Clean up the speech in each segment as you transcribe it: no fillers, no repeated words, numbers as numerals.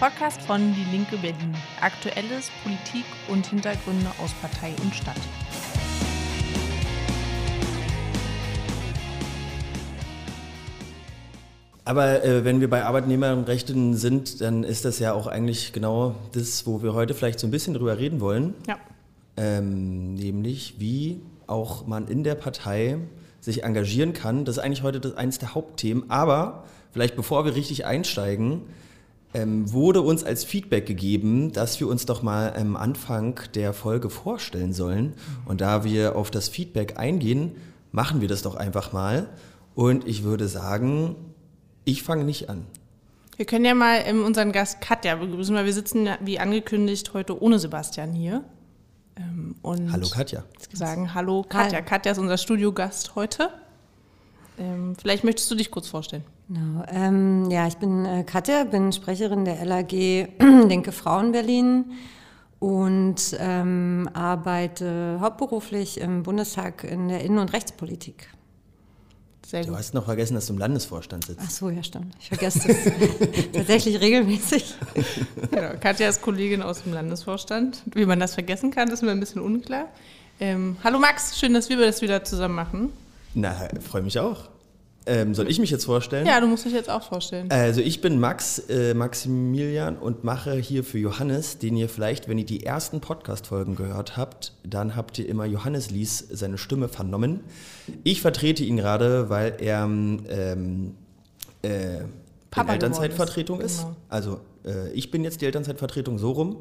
Podcast von Die Linke Berlin. Aktuelles, Politik und Hintergründe aus Partei und Stadt. Aber wenn wir bei Arbeitnehmerrechten sind, dann ist das ja auch eigentlich genau das, wo wir heute vielleicht so ein bisschen drüber reden wollen. Ja. Nämlich, wie auch man in der Partei sich engagieren kann. Das ist eigentlich heute eines der Hauptthemen. Aber vielleicht bevor wir richtig einsteigen, wurde uns als Feedback gegeben, dass wir uns doch mal am Anfang der Folge vorstellen sollen. Und da wir auf das Feedback eingehen, machen wir das doch einfach mal. Und ich würde sagen, ich fange nicht an. Wir können ja mal unseren Gast Katja begrüßen, weil wir sitzen ja, wie angekündigt, heute ohne Sebastian hier. Und hallo Katja. Sagen hallo Katja. Hi. Katja ist unser Studiogast heute. Vielleicht möchtest du dich kurz vorstellen. Genau. Ja, ich bin Katja, bin Sprecherin der LAG Linke Frauen Berlin und arbeite hauptberuflich im Bundestag in der Innen- und Rechtspolitik. Sehr gut. Du hast noch vergessen, dass du im Landesvorstand sitzt. Ach so, ja stimmt. Ich vergesse das tatsächlich regelmäßig. Genau. Katja ist Kollegin aus dem Landesvorstand. Wie man das vergessen kann, ist mir ein bisschen unklar. Hallo Max, schön, dass wir das wieder zusammen machen. Na, freue mich auch. Soll ich mich jetzt vorstellen? Ja, du musst dich jetzt auch vorstellen. Also ich bin Maximilian und mache hier für Johannes, den ihr vielleicht, wenn ihr die ersten Podcast-Folgen gehört habt, dann habt ihr immer Johannes Lies seine Stimme vernommen. Ich vertrete ihn gerade, weil er in Elternzeitvertretung ist. Genau. Also ich bin jetzt die Elternzeitvertretung so rum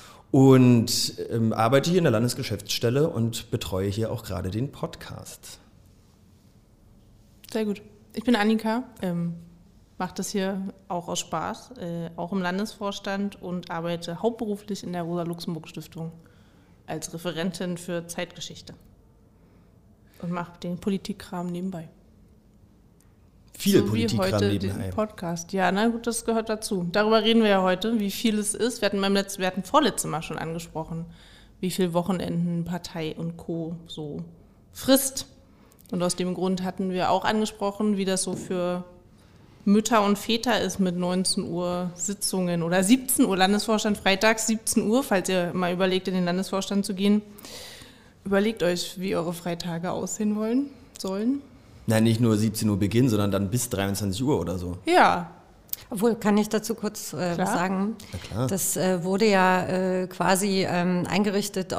und arbeite hier in der Landesgeschäftsstelle und betreue hier auch gerade den Podcast. Sehr gut. Ich bin Annika, mache das hier auch aus Spaß, auch im Landesvorstand und arbeite hauptberuflich in der Rosa-Luxemburg-Stiftung als Referentin für Zeitgeschichte und mache den Politikkram nebenbei. Viel so Politikkram wie heute nebenbei. Den Podcast. Ja, na gut, das gehört dazu. Darüber reden wir ja heute, wie viel es ist. Wir hatten vorletztes Mal schon angesprochen, wie viel Wochenenden Partei und Co. so frisst. Und aus dem Grund hatten wir auch angesprochen, wie das so für Mütter und Väter ist mit 19 Uhr Sitzungen oder 17 Uhr Landesvorstand, freitags 17 Uhr, falls ihr mal überlegt, in den Landesvorstand zu gehen. Überlegt euch, wie eure Freitage aussehen sollen. Nein, nicht nur 17 Uhr Beginn, sondern dann bis 23 Uhr oder so. Ja. Obwohl, kann ich dazu kurz was sagen? Na klar. Das wurde ja quasi eingerichtet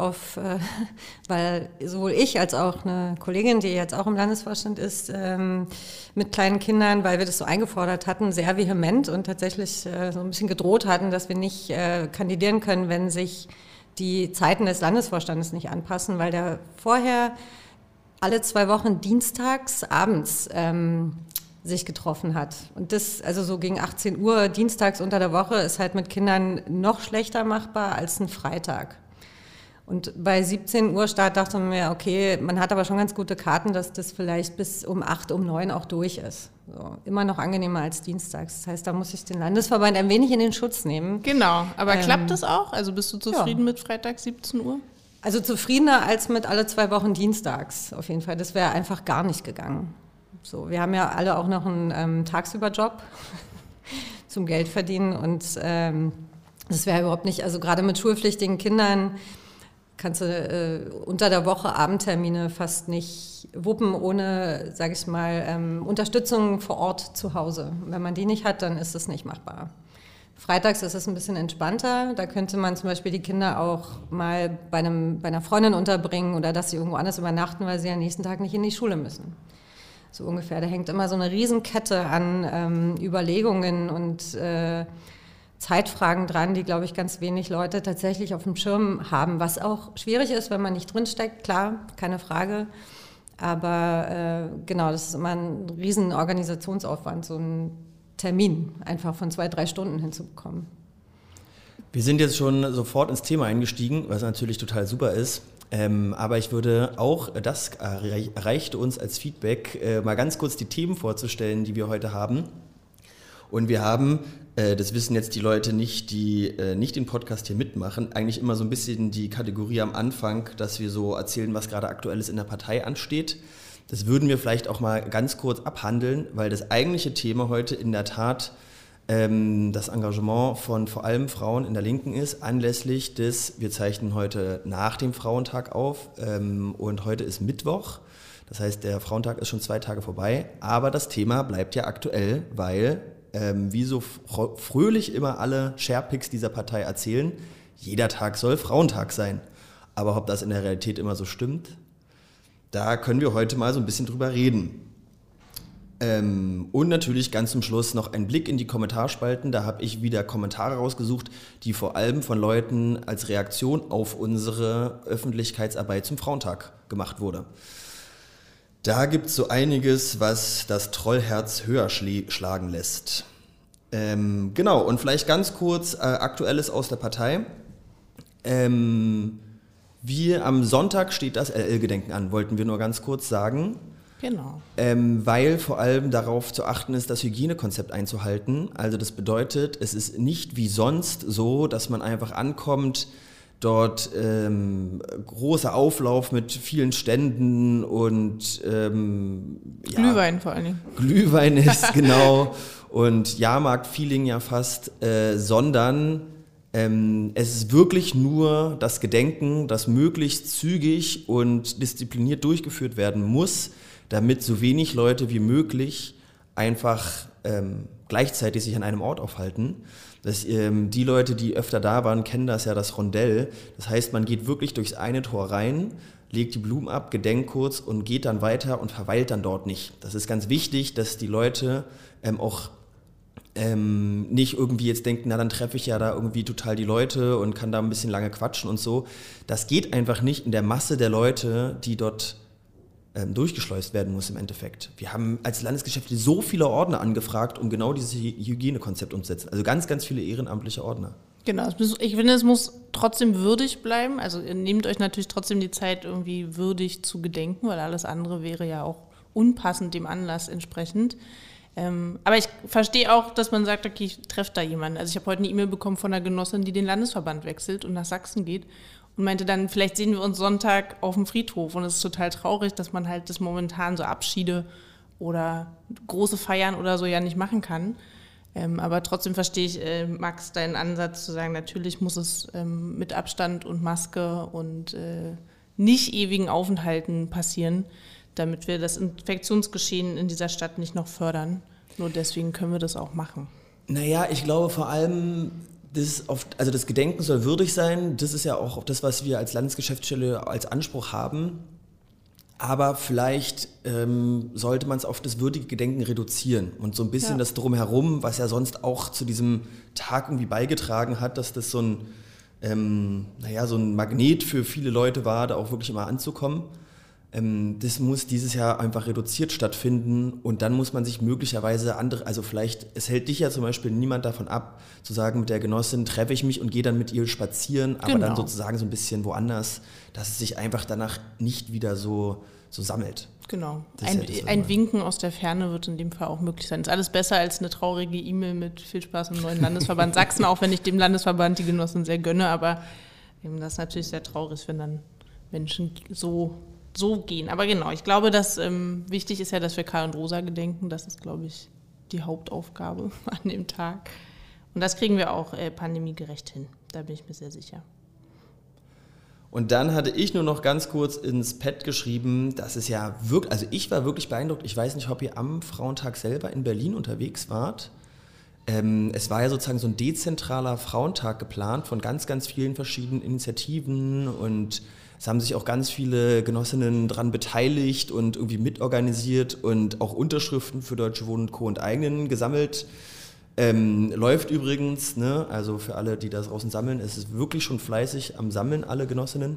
weil sowohl ich als auch eine Kollegin, die jetzt auch im Landesvorstand ist, mit kleinen Kindern, weil wir das so eingefordert hatten, sehr vehement und tatsächlich so ein bisschen gedroht hatten, dass wir nicht kandidieren können, wenn sich die Zeiten des Landesvorstandes nicht anpassen, weil der vorher alle 2 Wochen dienstags abends sich getroffen hat. Und das, also so gegen 18 Uhr dienstags unter der Woche, ist halt mit Kindern noch schlechter machbar als ein Freitag. Und bei 17 Uhr Start dachte man mir, okay, man hat aber schon ganz gute Karten, dass das vielleicht bis um 8, um 9 auch durch ist. So, immer noch angenehmer als dienstags. Das heißt, da muss ich den Landesverband ein wenig in den Schutz nehmen. Genau, aber klappt das auch? Also bist du zufrieden mit Freitag 17 Uhr? Also zufriedener als mit alle 2 Wochen dienstags, auf jeden Fall. Das wäre einfach gar nicht gegangen. So, wir haben ja alle auch noch einen Tagsüberjob zum Geld verdienen und das wäre überhaupt nicht, also gerade mit schulpflichtigen Kindern kannst du unter der Woche Abendtermine fast nicht wuppen ohne, sage ich mal, Unterstützung vor Ort zu Hause. Wenn man die nicht hat, dann ist es nicht machbar. Freitags ist es ein bisschen entspannter, da könnte man zum Beispiel die Kinder auch mal bei einer Freundin unterbringen oder dass sie irgendwo anders übernachten, weil sie am nächsten Tag nicht in die Schule müssen. So ungefähr. Da hängt immer so eine Riesenkette an Überlegungen und Zeitfragen dran, die, glaube ich, ganz wenig Leute tatsächlich auf dem Schirm haben. Was auch schwierig ist, wenn man nicht drinsteckt, klar, keine Frage. Aber genau, das ist immer ein riesen Organisationsaufwand, so einen Termin einfach von 2-3 Stunden hinzubekommen. Wir sind jetzt schon sofort ins Thema eingestiegen, was natürlich total super ist. Aber ich würde auch, das reichte uns als Feedback, mal ganz kurz die Themen vorzustellen, die wir heute haben. Und wir haben, das wissen jetzt die Leute nicht, die nicht den Podcast hier mitmachen, eigentlich immer so ein bisschen die Kategorie am Anfang, dass wir so erzählen, was gerade Aktuelles in der Partei ansteht. Das würden wir vielleicht auch mal ganz kurz abhandeln, weil das eigentliche Thema heute in der Tat das Engagement von vor allem Frauen in der Linken ist, anlässlich wir zeichnen heute nach dem Frauentag auf und heute ist Mittwoch. Das heißt, der Frauentag ist schon 2 Tage vorbei, aber das Thema bleibt ja aktuell, weil, wie so fröhlich immer alle Sharepics dieser Partei erzählen, jeder Tag soll Frauentag sein. Aber ob das in der Realität immer so stimmt, da können wir heute mal so ein bisschen drüber reden. Und natürlich ganz zum Schluss noch ein Blick in die Kommentarspalten. Da habe ich wieder Kommentare rausgesucht, die vor allem von Leuten als Reaktion auf unsere Öffentlichkeitsarbeit zum Frauentag gemacht wurde. Da gibt es so einiges, was das Trollherz höher schlagen lässt. Genau, und vielleicht ganz kurz Aktuelles aus der Partei. Am Sonntag steht das LL-Gedenken an, wollten wir nur ganz kurz sagen. Genau. Weil vor allem darauf zu achten ist, das Hygienekonzept einzuhalten. Also das bedeutet, es ist nicht wie sonst so, dass man einfach ankommt, dort großer Auflauf mit vielen Ständen und Glühwein vor allen Dingen. Glühwein ist genau und Jahrmarkt-Feeling ja fast, sondern es ist wirklich nur das Gedenken, das möglichst zügig und diszipliniert durchgeführt werden muss, damit so wenig Leute wie möglich einfach gleichzeitig sich an einem Ort aufhalten. Die Leute, die öfter da waren, kennen das ja, das Rondell. Das heißt, man geht wirklich durchs eine Tor rein, legt die Blumen ab, gedenkt kurz und geht dann weiter und verweilt dann dort nicht. Das ist ganz wichtig, dass die Leute auch nicht irgendwie jetzt denken, na dann treffe ich ja da irgendwie total die Leute und kann da ein bisschen lange quatschen und so. Das geht einfach nicht in der Masse der Leute, die dort durchgeschleust werden muss im Endeffekt. Wir haben als Landesgeschäfte so viele Ordner angefragt, um genau dieses Hygienekonzept umzusetzen. Also ganz, ganz viele ehrenamtliche Ordner. Genau, ich finde, es muss trotzdem würdig bleiben. Also ihr nehmt euch natürlich trotzdem die Zeit, irgendwie würdig zu gedenken, weil alles andere wäre ja auch unpassend dem Anlass entsprechend. Aber ich verstehe auch, dass man sagt, okay, ich treffe da jemanden. Also ich habe heute eine E-Mail bekommen von einer Genossin, die den Landesverband wechselt und nach Sachsen geht und meinte dann, vielleicht sehen wir uns Sonntag auf dem Friedhof. Und es ist total traurig, dass man halt das momentan so Abschiede oder große Feiern oder so ja nicht machen kann. Aber trotzdem verstehe ich, Max, deinen Ansatz zu sagen, natürlich muss es mit Abstand und Maske und nicht ewigen Aufenthalten passieren, damit wir das Infektionsgeschehen in dieser Stadt nicht noch fördern. Nur deswegen können wir das auch machen. Naja, ich glaube vor allem, das Gedenken soll würdig sein. Das ist ja auch das, was wir als Landesgeschäftsstelle als Anspruch haben. Aber vielleicht sollte man es auf das würdige Gedenken reduzieren und so ein bisschen das Drumherum, was ja sonst auch zu diesem Tag irgendwie beigetragen hat, dass das so ein Magnet für viele Leute war, da auch wirklich immer anzukommen. Das muss dieses Jahr einfach reduziert stattfinden und dann muss man sich möglicherweise es hält dich ja zum Beispiel niemand davon ab, zu sagen, mit der Genossin treffe ich mich und gehe dann mit ihr spazieren, aber dann sozusagen so ein bisschen woanders, dass es sich einfach danach nicht wieder so sammelt. Genau. Ein Winken aus der Ferne wird in dem Fall auch möglich sein. Ist alles besser als eine traurige E-Mail mit viel Spaß im neuen Landesverband Sachsen, auch wenn ich dem Landesverband die Genossin sehr gönne, aber das ist natürlich sehr traurig, wenn dann Menschen so gehen. Aber genau, ich glaube, dass wichtig ist ja, dass wir Karl und Rosa gedenken. Das ist, glaube ich, die Hauptaufgabe an dem Tag. Und das kriegen wir auch pandemiegerecht hin. Da bin ich mir sehr sicher. Und dann hatte ich nur noch ganz kurz ins Pad geschrieben, dass es ja wirklich, also ich war wirklich beeindruckt. Ich weiß nicht, ob ihr am Frauentag selber in Berlin unterwegs wart. Es war ja sozusagen so ein dezentraler Frauentag geplant von ganz, ganz vielen verschiedenen Initiativen und es haben sich auch ganz viele Genossinnen daran beteiligt und irgendwie mitorganisiert und auch Unterschriften für Deutsche Wohnen und Co. Enteignen gesammelt. Läuft übrigens, ne? Also für alle, die da draußen sammeln, es ist wirklich schon fleißig am Sammeln, alle Genossinnen.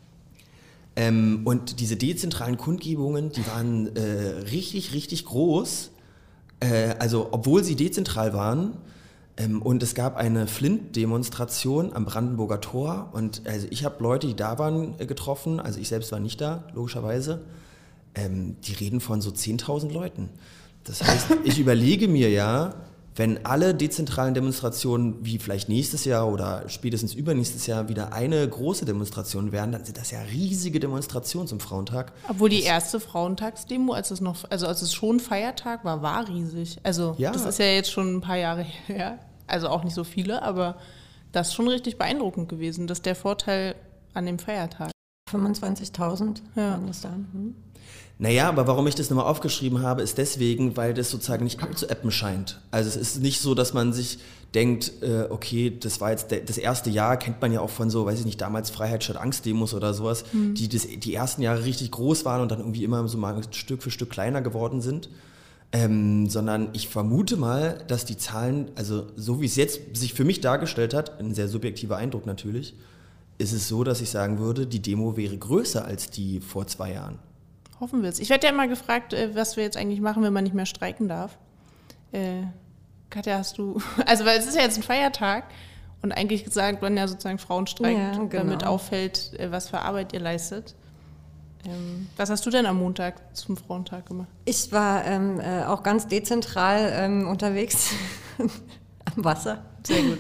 Und diese dezentralen Kundgebungen, die waren richtig, richtig groß. Also obwohl sie dezentral waren. Und es gab eine Flint-Demonstration am Brandenburger Tor und also ich habe Leute, die da waren, getroffen, also ich selbst war nicht da, logischerweise, die reden von so 10.000 Leuten. Das heißt, ich überlege mir ja, wenn alle dezentralen Demonstrationen wie vielleicht nächstes Jahr oder spätestens übernächstes Jahr wieder eine große Demonstration werden, dann sind das ja riesige Demonstrationen zum Frauentag. Obwohl die erste Frauentagsdemo, als es schon Feiertag war riesig. Also das ist ja jetzt schon ein paar Jahre her, also auch nicht so viele, aber das ist schon richtig beeindruckend gewesen, dass der Vorteil an dem Feiertag. 25.000 waren das da. Naja, aber warum ich das nochmal aufgeschrieben habe, ist deswegen, weil das sozusagen nicht abzuappen scheint. Also es ist nicht so, dass man sich denkt, okay, das war jetzt das erste Jahr, kennt man ja auch von so, weiß ich nicht, damals Freiheit statt Angst-Demos oder sowas, die ersten Jahre richtig groß waren und dann irgendwie immer so mal Stück für Stück kleiner geworden sind. Sondern ich vermute mal, dass die Zahlen, also so wie es jetzt sich für mich dargestellt hat, ein sehr subjektiver Eindruck natürlich, ist es so, dass ich sagen würde, die Demo wäre größer als die vor 2 Jahren. Hoffen wir es. Ich werde ja immer gefragt, was wir jetzt eigentlich machen, wenn man nicht mehr streiken darf. Katja, hast du, also weil es ist ja jetzt ein Feiertag und eigentlich sagt man ja sozusagen Frauenstreik, damit auffällt, was für Arbeit ihr leistet. Was hast du denn am Montag zum Frauentag gemacht? Ich war auch ganz dezentral unterwegs am Wasser. Sehr gut.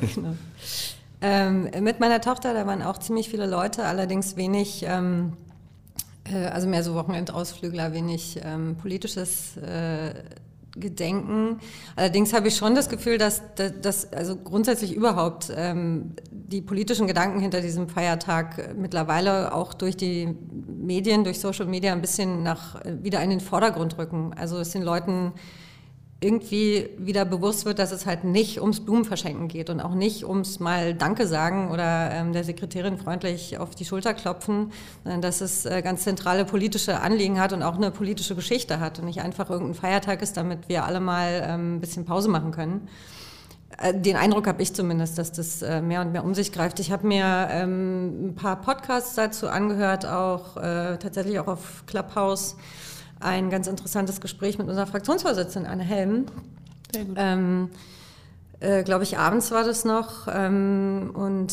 Genau. Mit meiner Tochter, da waren auch ziemlich viele Leute, allerdings wenig, also mehr so Wochenendausflügler, wenig politisches Gedenken. Allerdings habe ich schon das Gefühl, dass also grundsätzlich überhaupt die politischen Gedanken hinter diesem Feiertag mittlerweile auch durch die Medien, durch Social Media ein bisschen wieder in den Vordergrund rücken. Also es den Leuten irgendwie wieder bewusst wird, dass es halt nicht ums Blumenverschenken geht und auch nicht ums mal Danke sagen oder der Sekretärin freundlich auf die Schulter klopfen, sondern dass es ganz zentrale politische Anliegen hat und auch eine politische Geschichte hat und nicht einfach irgendein Feiertag ist, damit wir alle mal ein bisschen Pause machen können. Den Eindruck habe ich zumindest, dass das mehr und mehr um sich greift. Ich habe mir ein paar Podcasts dazu angehört, auch tatsächlich auch auf Clubhouse, ein ganz interessantes Gespräch mit unserer Fraktionsvorsitzenden Anne Helm. Sehr gut. Glaube ich, abends war das noch und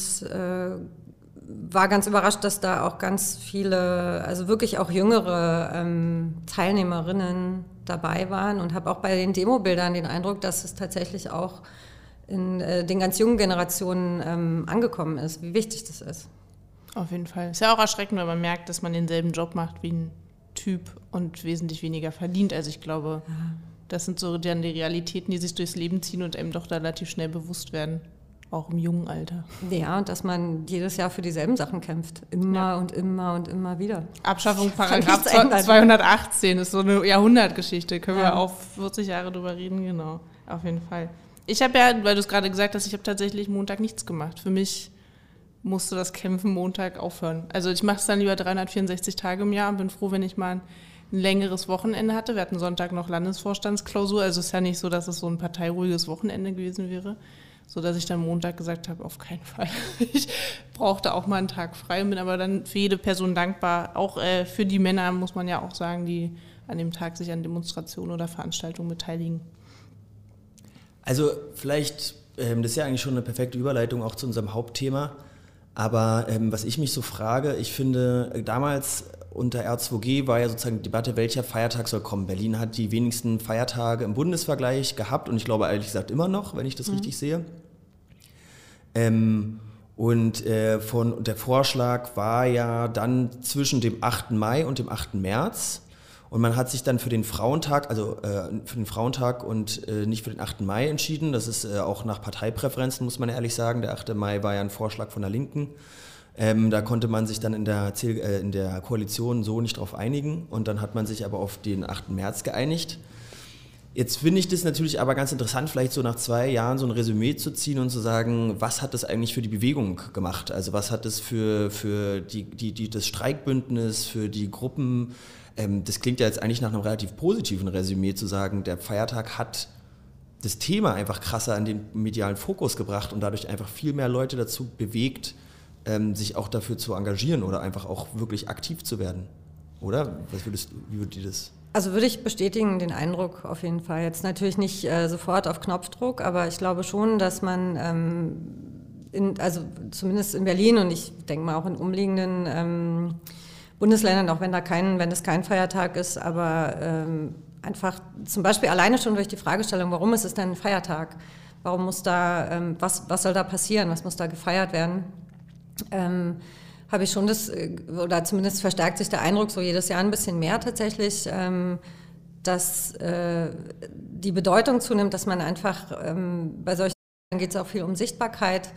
war ganz überrascht, dass da auch ganz viele, also wirklich auch jüngere Teilnehmerinnen dabei waren und habe auch bei den Demobildern den Eindruck, dass es tatsächlich auch in den ganz jungen Generationen angekommen ist, wie wichtig das ist. Auf jeden Fall. Ist ja auch erschreckend, wenn man merkt, dass man denselben Job macht wie ein Typ und wesentlich weniger verdient. Also ich glaube, das sind so dann die Realitäten, die sich durchs Leben ziehen und einem doch relativ schnell bewusst werden, auch im jungen Alter. Ja, und dass man jedes Jahr für dieselben Sachen kämpft. Immer und immer und immer wieder. Abschaffung Paragraph 218 ist so eine Jahrhundertgeschichte. Können wir auch 40 Jahre drüber reden, genau. Auf jeden Fall. Ich habe ja, weil du es gerade gesagt hast, ich habe tatsächlich Montag nichts gemacht. Für mich musste das Kämpfen Montag aufhören. Also ich mache es dann lieber 364 Tage im Jahr und bin froh, wenn ich mal ein längeres Wochenende hatte. Wir hatten Sonntag noch Landesvorstandsklausur, also es ist ja nicht so, dass es so ein parteiruhiges Wochenende gewesen wäre, sodass ich dann Montag gesagt habe, auf keinen Fall. Ich brauchte auch mal einen Tag frei und bin aber dann für jede Person dankbar. Auch für die Männer muss man ja auch sagen, die an dem Tag sich an Demonstrationen oder Veranstaltungen beteiligen. Also vielleicht, das ist ja eigentlich schon eine perfekte Überleitung auch zu unserem Hauptthema. Aber was ich mich so frage, ich finde, damals unter R2G war ja sozusagen die Debatte, welcher Feiertag soll kommen. Berlin hat die wenigsten Feiertage im Bundesvergleich gehabt und ich glaube ehrlich gesagt immer noch, wenn ich das richtig sehe. Und der Vorschlag war ja dann zwischen dem 8. Mai und dem 8. März. Und man hat sich dann für den Frauentag, und nicht für den 8. Mai entschieden. Das ist auch nach Parteipräferenzen, muss man ehrlich sagen. Der 8. Mai war ja ein Vorschlag von der Linken. Da konnte man sich dann in der Koalition so nicht drauf einigen. Und dann hat man sich aber auf den 8. März geeinigt. Jetzt finde ich das natürlich aber ganz interessant, vielleicht so nach 2 Jahren so ein Resümee zu ziehen und zu sagen, was hat das eigentlich für die Bewegung gemacht? Also was hat das für das Streikbündnis, für die Gruppen. Das klingt ja jetzt eigentlich nach einem relativ positiven Resümee zu sagen, der Feiertag hat das Thema einfach krasser in den medialen Fokus gebracht und dadurch einfach viel mehr Leute dazu bewegt, sich auch dafür zu engagieren oder einfach auch wirklich aktiv zu werden. Oder? Wie würdet ihr das? Also würde ich bestätigen, den Eindruck auf jeden Fall. Jetzt natürlich nicht sofort auf Knopfdruck, aber ich glaube schon, dass man, also zumindest in Berlin und ich denke mal auch in umliegenden Bundesländern, auch wenn das kein Feiertag ist, aber einfach zum Beispiel alleine schon durch die Fragestellung, warum ist es denn ein Feiertag? Warum muss da, was soll da passieren? Was muss da gefeiert werden? Habe ich schon oder zumindest verstärkt sich der Eindruck so jedes Jahr ein bisschen mehr tatsächlich, dass die Bedeutung zunimmt, dass man einfach bei solchen geht es auch viel um Sichtbarkeit,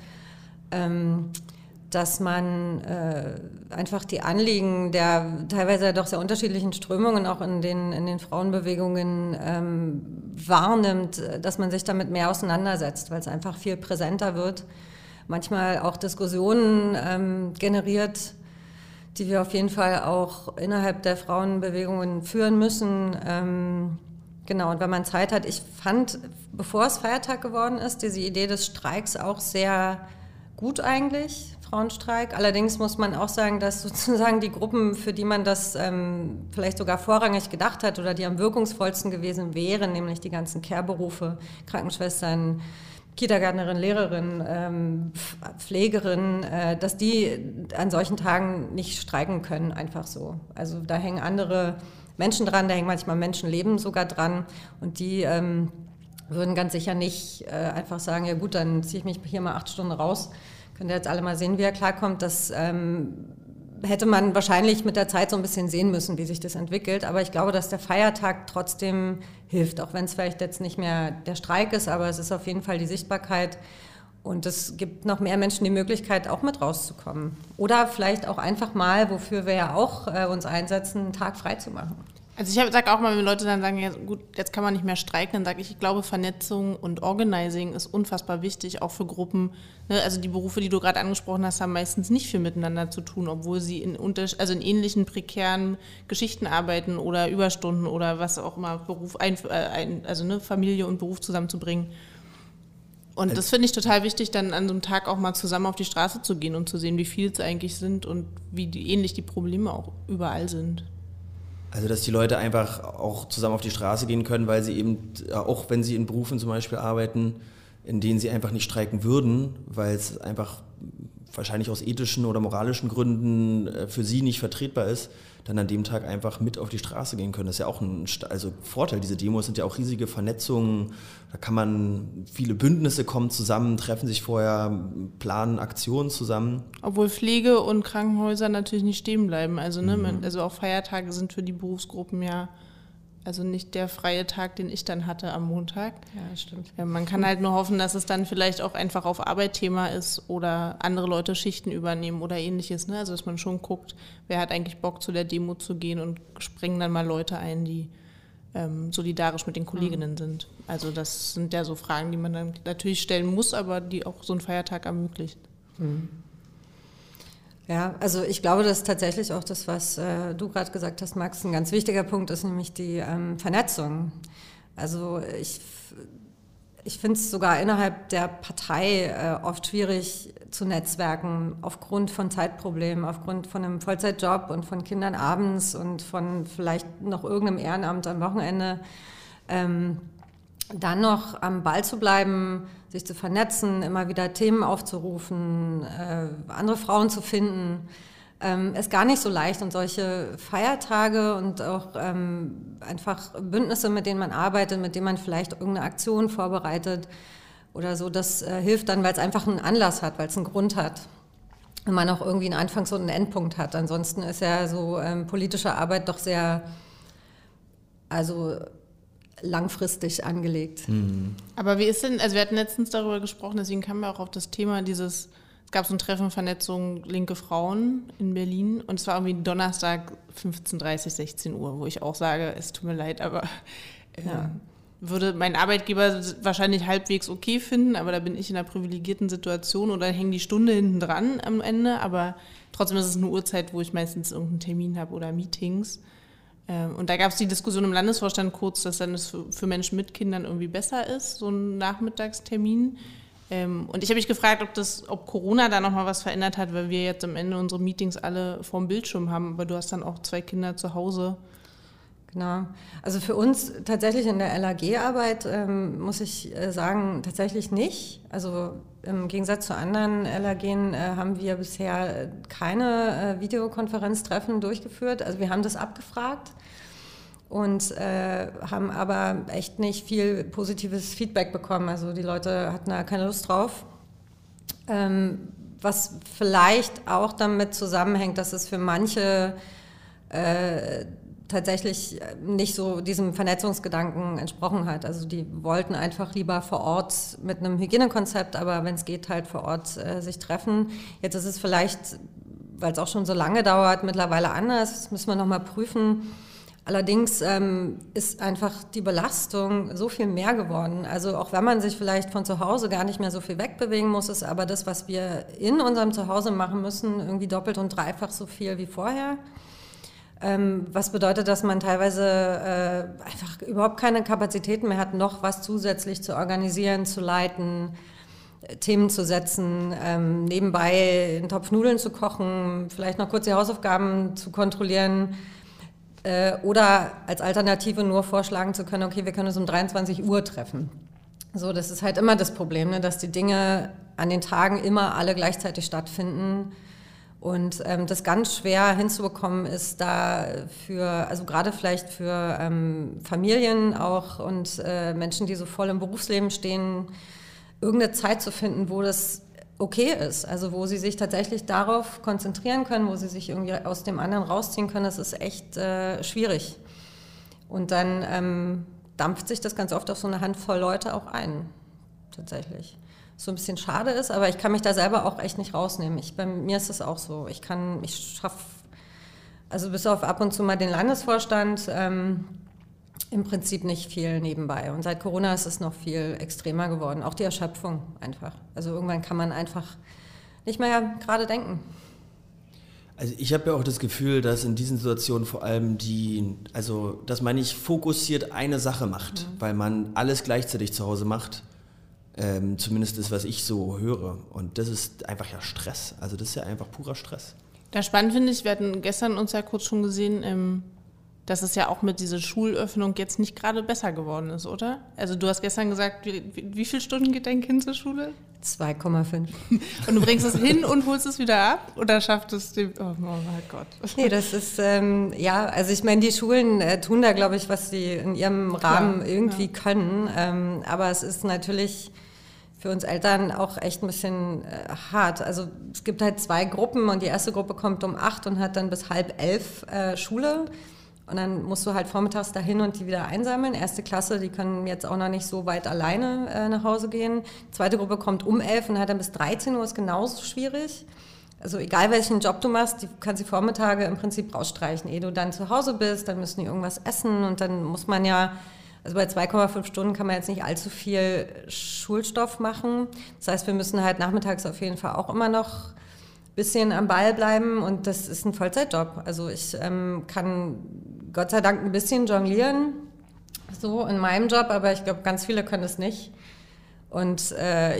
dass man einfach die Anliegen der teilweise doch sehr unterschiedlichen Strömungen auch in den Frauenbewegungen wahrnimmt, dass man sich damit mehr auseinandersetzt, weil es einfach viel präsenter wird. Manchmal auch Diskussionen generiert, die wir auf jeden Fall auch innerhalb der Frauenbewegungen führen müssen. Genau, und wenn man Zeit hat, ich fand, bevor es Feiertag geworden ist, diese Idee des Streiks auch sehr gut eigentlich, Frauenstreik. Allerdings muss man auch sagen, dass sozusagen die Gruppen, für die man das vielleicht sogar vorrangig gedacht hat oder die am wirkungsvollsten gewesen wären, nämlich die ganzen Care-Berufe, Krankenschwestern, Kindergärtnerin, Lehrerin, Pflegerin, dass die an solchen Tagen nicht streiken können, einfach so. Also da hängen andere Menschen dran, da hängen manchmal Menschenleben sogar dran und die würden ganz sicher nicht einfach sagen, ja gut, dann ziehe ich mich hier mal 8 Stunden raus. Könnt ihr jetzt alle mal sehen, wie er klarkommt. Das hätte man wahrscheinlich mit der Zeit so ein bisschen sehen müssen, wie sich das entwickelt. Aber ich glaube, dass der Feiertag trotzdem hilft, auch wenn es vielleicht jetzt nicht mehr der Streik ist, aber es ist auf jeden Fall die Sichtbarkeit. Und es gibt noch mehr Menschen die Möglichkeit, auch mit rauszukommen. Oder vielleicht auch einfach mal, wofür wir ja auch uns einsetzen, einen Tag frei zu machen. Also ich sage auch mal, wenn Leute dann sagen, ja gut, jetzt kann man nicht mehr streiken, dann sage ich glaube, Vernetzung und Organizing ist unfassbar wichtig, auch für Gruppen. Ne? Also die Berufe, die du gerade angesprochen hast, haben meistens nicht viel miteinander zu tun, obwohl sie in ähnlichen prekären Geschichten arbeiten oder Überstunden oder was auch immer, Familie und Beruf zusammenzubringen. Und das finde ich total wichtig, dann an so einem Tag auch mal zusammen auf die Straße zu gehen und zu sehen, wie viel es eigentlich sind und wie ähnlich die Probleme auch überall sind. Also, dass die Leute einfach auch zusammen auf die Straße gehen können, weil sie eben, auch wenn sie in Berufen zum Beispiel arbeiten, in denen sie einfach nicht streiken würden, weil es einfach wahrscheinlich aus ethischen oder moralischen Gründen für sie nicht vertretbar ist, dann an dem Tag einfach mit auf die Straße gehen können. Das ist ja auch ein Vorteil. Diese Demos sind ja auch riesige Vernetzungen. Da kann man, viele Bündnisse kommen zusammen, treffen sich vorher, planen Aktionen zusammen. Obwohl Pflege und Krankenhäuser natürlich nicht stehen bleiben. Also, also auch Feiertage sind für die Berufsgruppen ja also nicht der freie Tag, den ich dann hatte am Montag. Ja, stimmt. Ja, man kann halt nur hoffen, dass es dann vielleicht auch einfach auf Arbeit Thema ist oder andere Leute Schichten übernehmen oder ähnliches. Ne? Also dass man schon guckt, wer hat eigentlich Bock, zu der Demo zu gehen und springen dann mal Leute ein, die solidarisch mit den Kolleginnen sind. Also das sind ja so Fragen, die man dann natürlich stellen muss, aber die auch so ein Feiertag ermöglicht. Mhm. Ja, also ich glaube, dass tatsächlich auch das, was du gerade gesagt hast, Max, ein ganz wichtiger Punkt ist, nämlich die Vernetzung. Also ich finde es sogar innerhalb der Partei oft schwierig zu netzwerken, aufgrund von Zeitproblemen, aufgrund von einem Vollzeitjob und von Kindern abends und von vielleicht noch irgendeinem Ehrenamt am Wochenende. Dann noch am Ball zu bleiben, sich zu vernetzen, immer wieder Themen aufzurufen, andere Frauen zu finden, ist gar nicht so leicht. Und solche Feiertage und auch einfach Bündnisse, mit denen man arbeitet, mit denen man vielleicht irgendeine Aktion vorbereitet oder so, das hilft dann, weil es einfach einen Anlass hat, weil es einen Grund hat. Und man auch irgendwie einen Anfangs- und einen Endpunkt hat. Ansonsten ist ja so politische Arbeit doch sehr, langfristig angelegt. Mhm. Aber wie ist denn, also wir hatten letztens darüber gesprochen, deswegen kamen wir auch auf das Thema es gab so ein Treffen Vernetzung linke Frauen in Berlin und es war irgendwie Donnerstag 15:30, 16 Uhr, wo ich auch sage, es tut mir leid, aber würde mein Arbeitgeber wahrscheinlich halbwegs okay finden, aber da bin ich in einer privilegierten Situation oder hängt die Stunde hinten dran am Ende, aber trotzdem ist es eine Uhrzeit, wo ich meistens irgendeinen Termin habe oder Meetings. Und da gab es die Diskussion im Landesvorstand kurz, dass dann es für Menschen mit Kindern irgendwie besser ist, so ein Nachmittagstermin. Und ich habe mich gefragt, ob Corona da nochmal was verändert hat, weil wir jetzt am Ende unsere Meetings alle vorm Bildschirm haben, aber du hast dann auch 2 Kinder zu Hause. Genau. Also für uns tatsächlich in der LAG-Arbeit muss ich sagen, tatsächlich nicht. Also im Gegensatz zu anderen LAGen haben wir bisher keine Videokonferenztreffen durchgeführt. Also wir haben das abgefragt und haben aber echt nicht viel positives Feedback bekommen. Also die Leute hatten da keine Lust drauf. Was vielleicht auch damit zusammenhängt, dass es für manche tatsächlich nicht so diesem Vernetzungsgedanken entsprochen hat. Also die wollten einfach lieber vor Ort mit einem Hygienekonzept, aber wenn es geht, halt vor Ort sich treffen. Jetzt ist es vielleicht, weil es auch schon so lange dauert, mittlerweile anders. Das müssen wir nochmal prüfen. Allerdings ist einfach die Belastung so viel mehr geworden. Also auch wenn man sich vielleicht von zu Hause gar nicht mehr so viel wegbewegen muss, ist aber das, was wir in unserem Zuhause machen müssen, irgendwie doppelt und dreifach so viel wie vorher. Was bedeutet, dass man teilweise einfach überhaupt keine Kapazitäten mehr hat, noch was zusätzlich zu organisieren, zu leiten, Themen zu setzen, nebenbei einen Topf Nudeln zu kochen, vielleicht noch kurz die Hausaufgaben zu kontrollieren oder als Alternative nur vorschlagen zu können, okay, wir können uns um 23 Uhr treffen. So, das ist halt immer das Problem, ne, dass die Dinge an den Tagen immer alle gleichzeitig stattfinden. Und das ganz schwer hinzubekommen ist da also gerade vielleicht für Familien auch und Menschen, die so voll im Berufsleben stehen, irgendeine Zeit zu finden, wo das okay ist. Also wo sie sich tatsächlich darauf konzentrieren können, wo sie sich irgendwie aus dem anderen rausziehen können, das ist echt schwierig. Und dann dampft sich das ganz oft auf so eine Handvoll Leute auch ein, tatsächlich. So ein bisschen schade ist, aber ich kann mich da selber auch echt nicht rausnehmen. Bei mir ist es auch so. Ich schaffe, also bis auf ab und zu mal den Landesvorstand, im Prinzip nicht viel nebenbei. Und seit Corona ist es noch viel extremer geworden. Auch die Erschöpfung einfach. Also irgendwann kann man einfach nicht mehr gerade denken. Also ich habe ja auch das Gefühl, dass in diesen Situationen vor allem dass man nicht fokussiert eine Sache macht, weil man alles gleichzeitig zu Hause macht. Zumindest das, was ich so höre. Und das ist einfach ja Stress. Also das ist ja einfach purer Stress. Da spannend finde ich, wir hatten gestern uns ja kurz schon gesehen, dass es ja auch mit dieser Schulöffnung jetzt nicht gerade besser geworden ist, oder? Also du hast gestern gesagt, wie viele Stunden geht dein Kind zur Schule? 2,5. Und du bringst es hin und holst es wieder ab? Oder schafft es dem... Oh mein Gott. Nee, das ist, also ich meine, die Schulen tun da, glaube ich, was sie in ihrem Rahmen irgendwie können. Aber es ist natürlich für uns Eltern auch echt ein bisschen hart. Also es gibt halt 2 Gruppen und die erste Gruppe kommt um 8 und hat dann bis 10:30 Schule. Und dann musst du halt vormittags dahin und die wieder einsammeln. Erste Klasse, die können jetzt auch noch nicht so weit alleine nach Hause gehen. Die zweite Gruppe kommt um 11 und hat dann bis 13 Uhr, ist genauso schwierig. Also egal welchen Job du machst, die kannst die Vormittage im Prinzip rausstreichen. Ehe du dann zu Hause bist, dann müssen die irgendwas essen und dann muss man ja, also bei 2,5 Stunden kann man jetzt nicht allzu viel Schulstoff machen. Das heißt, wir müssen halt nachmittags auf jeden Fall auch immer noch ein bisschen am Ball bleiben und das ist ein Vollzeitjob. Also ich kann Gott sei Dank ein bisschen jonglieren, so in meinem Job, aber ich glaube, ganz viele können es nicht. Und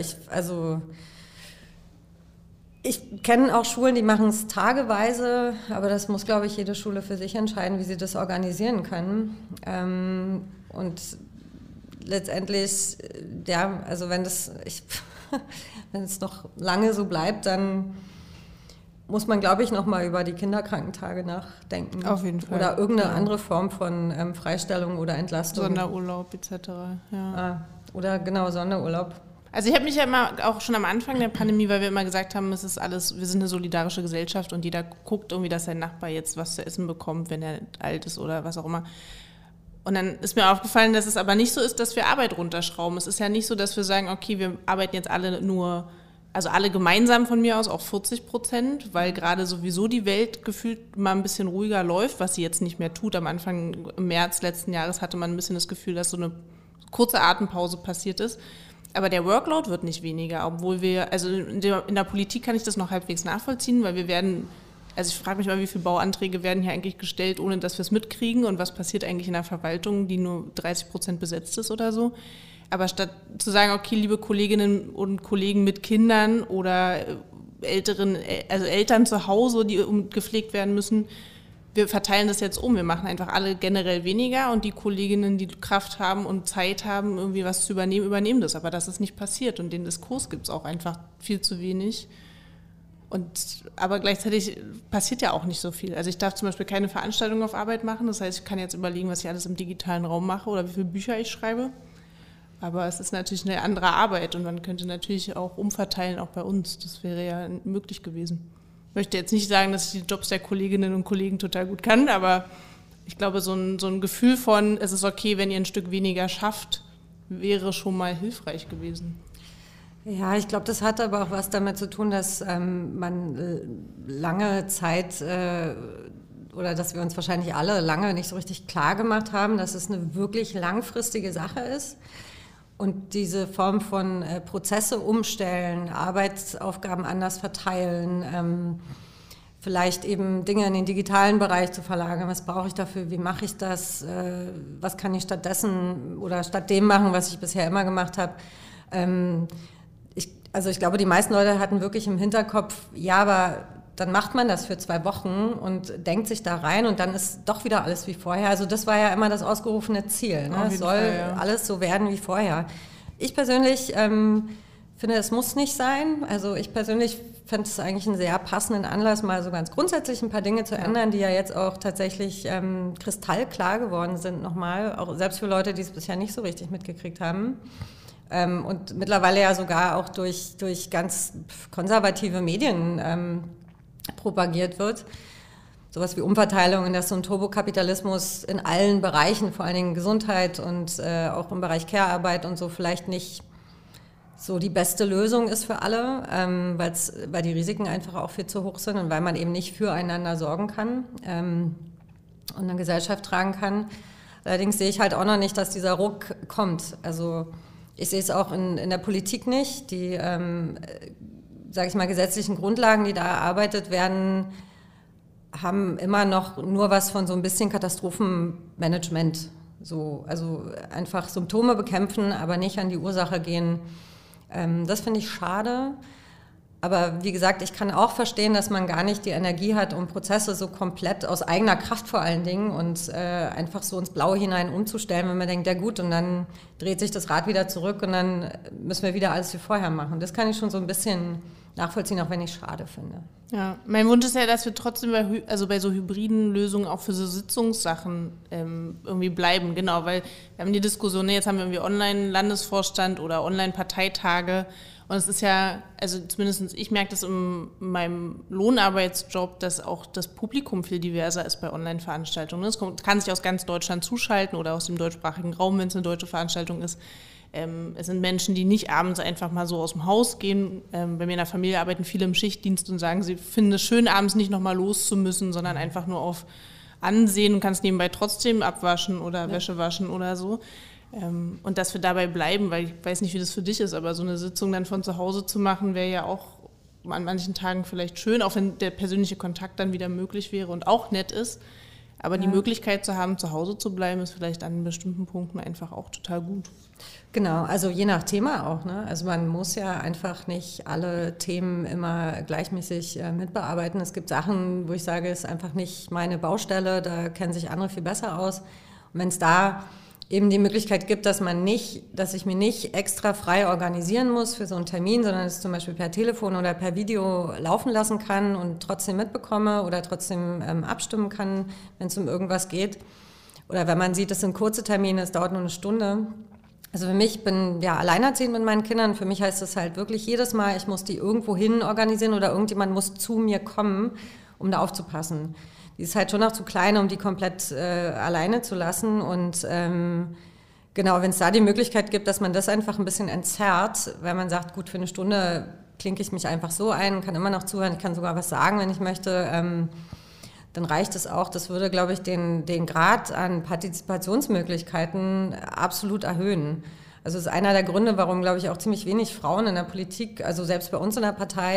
ich kenne auch Schulen, die machen es tageweise, aber das muss, glaube ich, jede Schule für sich entscheiden, wie sie das organisieren können. Und letztendlich, ja, also wenn es noch lange so bleibt, dann muss man, glaube ich, nochmal über die Kinderkrankentage nachdenken. Auf jeden Fall. Oder irgendeine andere Form von Freistellung oder Entlastung. Sonderurlaub etc. Ja. Oder genau, Sonderurlaub. Also ich habe mich ja immer, auch schon am Anfang der Pandemie, weil wir immer gesagt haben, es ist alles, wir sind eine solidarische Gesellschaft und jeder guckt irgendwie, dass sein Nachbar jetzt was zu essen bekommt, wenn er alt ist oder was auch immer. Und dann ist mir aufgefallen, dass es aber nicht so ist, dass wir Arbeit runterschrauben. Es ist ja nicht so, dass wir sagen, okay, wir arbeiten jetzt alle alle gemeinsam von mir aus, auch 40%, weil gerade sowieso die Welt gefühlt mal ein bisschen ruhiger läuft, was sie jetzt nicht mehr tut. Am Anfang, im März letzten Jahres, hatte man ein bisschen das Gefühl, dass so eine kurze Atempause passiert ist. Aber der Workload wird nicht weniger, obwohl also in der Politik kann ich das noch halbwegs nachvollziehen, weil ich frage mich mal, wie viele Bauanträge werden hier eigentlich gestellt, ohne dass wir es mitkriegen und was passiert eigentlich in der Verwaltung, die nur 30% besetzt ist oder so. Aber statt zu sagen, okay, liebe Kolleginnen und Kollegen mit Kindern oder Eltern zu Hause, die gepflegt werden müssen, wir verteilen das jetzt um. Wir machen einfach alle generell weniger und die Kolleginnen, die Kraft haben und Zeit haben, irgendwie was zu übernehmen das. Aber das ist nicht passiert und den Diskurs gibt es auch einfach viel zu wenig. Aber gleichzeitig passiert ja auch nicht so viel. Also ich darf zum Beispiel keine Veranstaltung auf Arbeit machen. Das heißt, ich kann jetzt überlegen, was ich alles im digitalen Raum mache oder wie viele Bücher ich schreibe. Aber es ist natürlich eine andere Arbeit und man könnte natürlich auch umverteilen, auch bei uns. Das wäre ja möglich gewesen. Ich möchte jetzt nicht sagen, dass ich die Jobs der Kolleginnen und Kollegen total gut kann, aber ich glaube, so ein Gefühl von, es ist okay, wenn ihr ein Stück weniger schafft, wäre schon mal hilfreich gewesen. Ja, ich glaube, das hat aber auch was damit zu tun, dass man lange Zeit oder dass wir uns wahrscheinlich alle lange nicht so richtig klar gemacht haben, dass es eine wirklich langfristige Sache ist. Und diese Form von Prozesse umstellen, Arbeitsaufgaben anders verteilen, vielleicht eben Dinge in den digitalen Bereich zu verlagern. Was brauche ich dafür? Wie mache ich das? Was kann ich stattdessen oder statt dem machen, was ich bisher immer gemacht habe? Ich glaube, die meisten Leute hatten wirklich im Hinterkopf, ja, aber dann macht man das für 2 Wochen und denkt sich da rein und dann ist doch wieder alles wie vorher. Also das war ja immer das ausgerufene Ziel. Ne? Es soll alles so werden wie vorher. Ich persönlich finde, es muss nicht sein. Also ich persönlich fände es eigentlich einen sehr passenden Anlass, mal so ganz grundsätzlich ein paar Dinge zu ändern, die ja jetzt auch tatsächlich kristallklar geworden sind nochmal, auch selbst für Leute, die es bisher nicht so richtig mitgekriegt haben. Und mittlerweile ja sogar auch durch ganz konservative Medien propagiert wird. Sowas wie Umverteilung, in das so ein Turbokapitalismus in allen Bereichen, vor allen Dingen Gesundheit und auch im Bereich Care-Arbeit und so vielleicht nicht so die beste Lösung ist für alle, weil die Risiken einfach auch viel zu hoch sind und weil man eben nicht füreinander sorgen kann und eine Gesellschaft tragen kann. Allerdings sehe ich halt auch noch nicht, dass dieser Ruck kommt. Also ich sehe es auch in der Politik nicht. Die sage ich mal, gesetzlichen Grundlagen, die da erarbeitet werden, haben immer noch nur was von so ein bisschen Katastrophenmanagement. So, also einfach Symptome bekämpfen, aber nicht an die Ursache gehen. Das finde ich schade. Aber wie gesagt, ich kann auch verstehen, dass man gar nicht die Energie hat, um Prozesse so komplett aus eigener Kraft vor allen Dingen und einfach so ins Blaue hinein umzustellen, wenn man denkt, ja gut, und dann dreht sich das Rad wieder zurück und dann müssen wir wieder alles wie vorher machen. Das kann ich schon so ein bisschen nachvollziehen, auch wenn ich es schade finde. Ja, mein Wunsch ist ja, dass wir trotzdem bei so hybriden Lösungen auch für so Sitzungssachen irgendwie bleiben, genau, weil wir haben die Diskussion, jetzt haben wir irgendwie Online-Landesvorstand oder Online-Parteitage und es ist ja, also zumindest ich merke das in meinem Lohnarbeitsjob, dass auch das Publikum viel diverser ist bei Online-Veranstaltungen. Es kann sich aus ganz Deutschland zuschalten oder aus dem deutschsprachigen Raum, wenn es eine deutsche Veranstaltung ist. Es sind Menschen, die nicht abends einfach mal so aus dem Haus gehen. Bei mir in der Familie arbeiten viele im Schichtdienst und sagen, sie finden es schön, abends nicht nochmal los zu müssen, sondern einfach nur auf Ansehen und kannst nebenbei trotzdem abwaschen oder Wäsche waschen oder so. Und dass wir dabei bleiben, weil ich weiß nicht, wie das für dich ist, aber so eine Sitzung dann von zu Hause zu machen, wäre ja auch an manchen Tagen vielleicht schön, auch wenn der persönliche Kontakt dann wieder möglich wäre und auch nett ist. Aber die Möglichkeit zu haben, zu Hause zu bleiben, ist vielleicht an bestimmten Punkten einfach auch total gut. Genau, also je nach Thema auch. Ne? Also man muss ja einfach nicht alle Themen immer gleichmäßig mitbearbeiten. Es gibt Sachen, wo ich sage, es ist einfach nicht meine Baustelle, da kennen sich andere viel besser aus. Und wenn es da eben die Möglichkeit gibt, dass ich mir nicht extra frei organisieren muss für so einen Termin, sondern es zum Beispiel per Telefon oder per Video laufen lassen kann und trotzdem mitbekomme oder trotzdem abstimmen kann, wenn es um irgendwas geht. Oder wenn man sieht, es sind kurze Termine, es dauert nur eine Stunde. Also für mich, ich bin ja alleinerziehend mit meinen Kindern, für mich heißt das halt wirklich jedes Mal, ich muss die irgendwo hin organisieren oder irgendjemand muss zu mir kommen, um da aufzupassen. Die ist halt schon noch zu klein, um die komplett alleine zu lassen. Und genau, wenn es da die Möglichkeit gibt, dass man das einfach ein bisschen entzerrt, weil man sagt, gut, für eine Stunde klinke ich mich einfach so ein, kann immer noch zuhören, ich kann sogar was sagen, wenn ich möchte, dann reicht es auch. Das würde, glaube ich, den Grad an Partizipationsmöglichkeiten absolut erhöhen. Also das ist einer der Gründe, warum, glaube ich, auch ziemlich wenig Frauen in der Politik, also selbst bei uns in der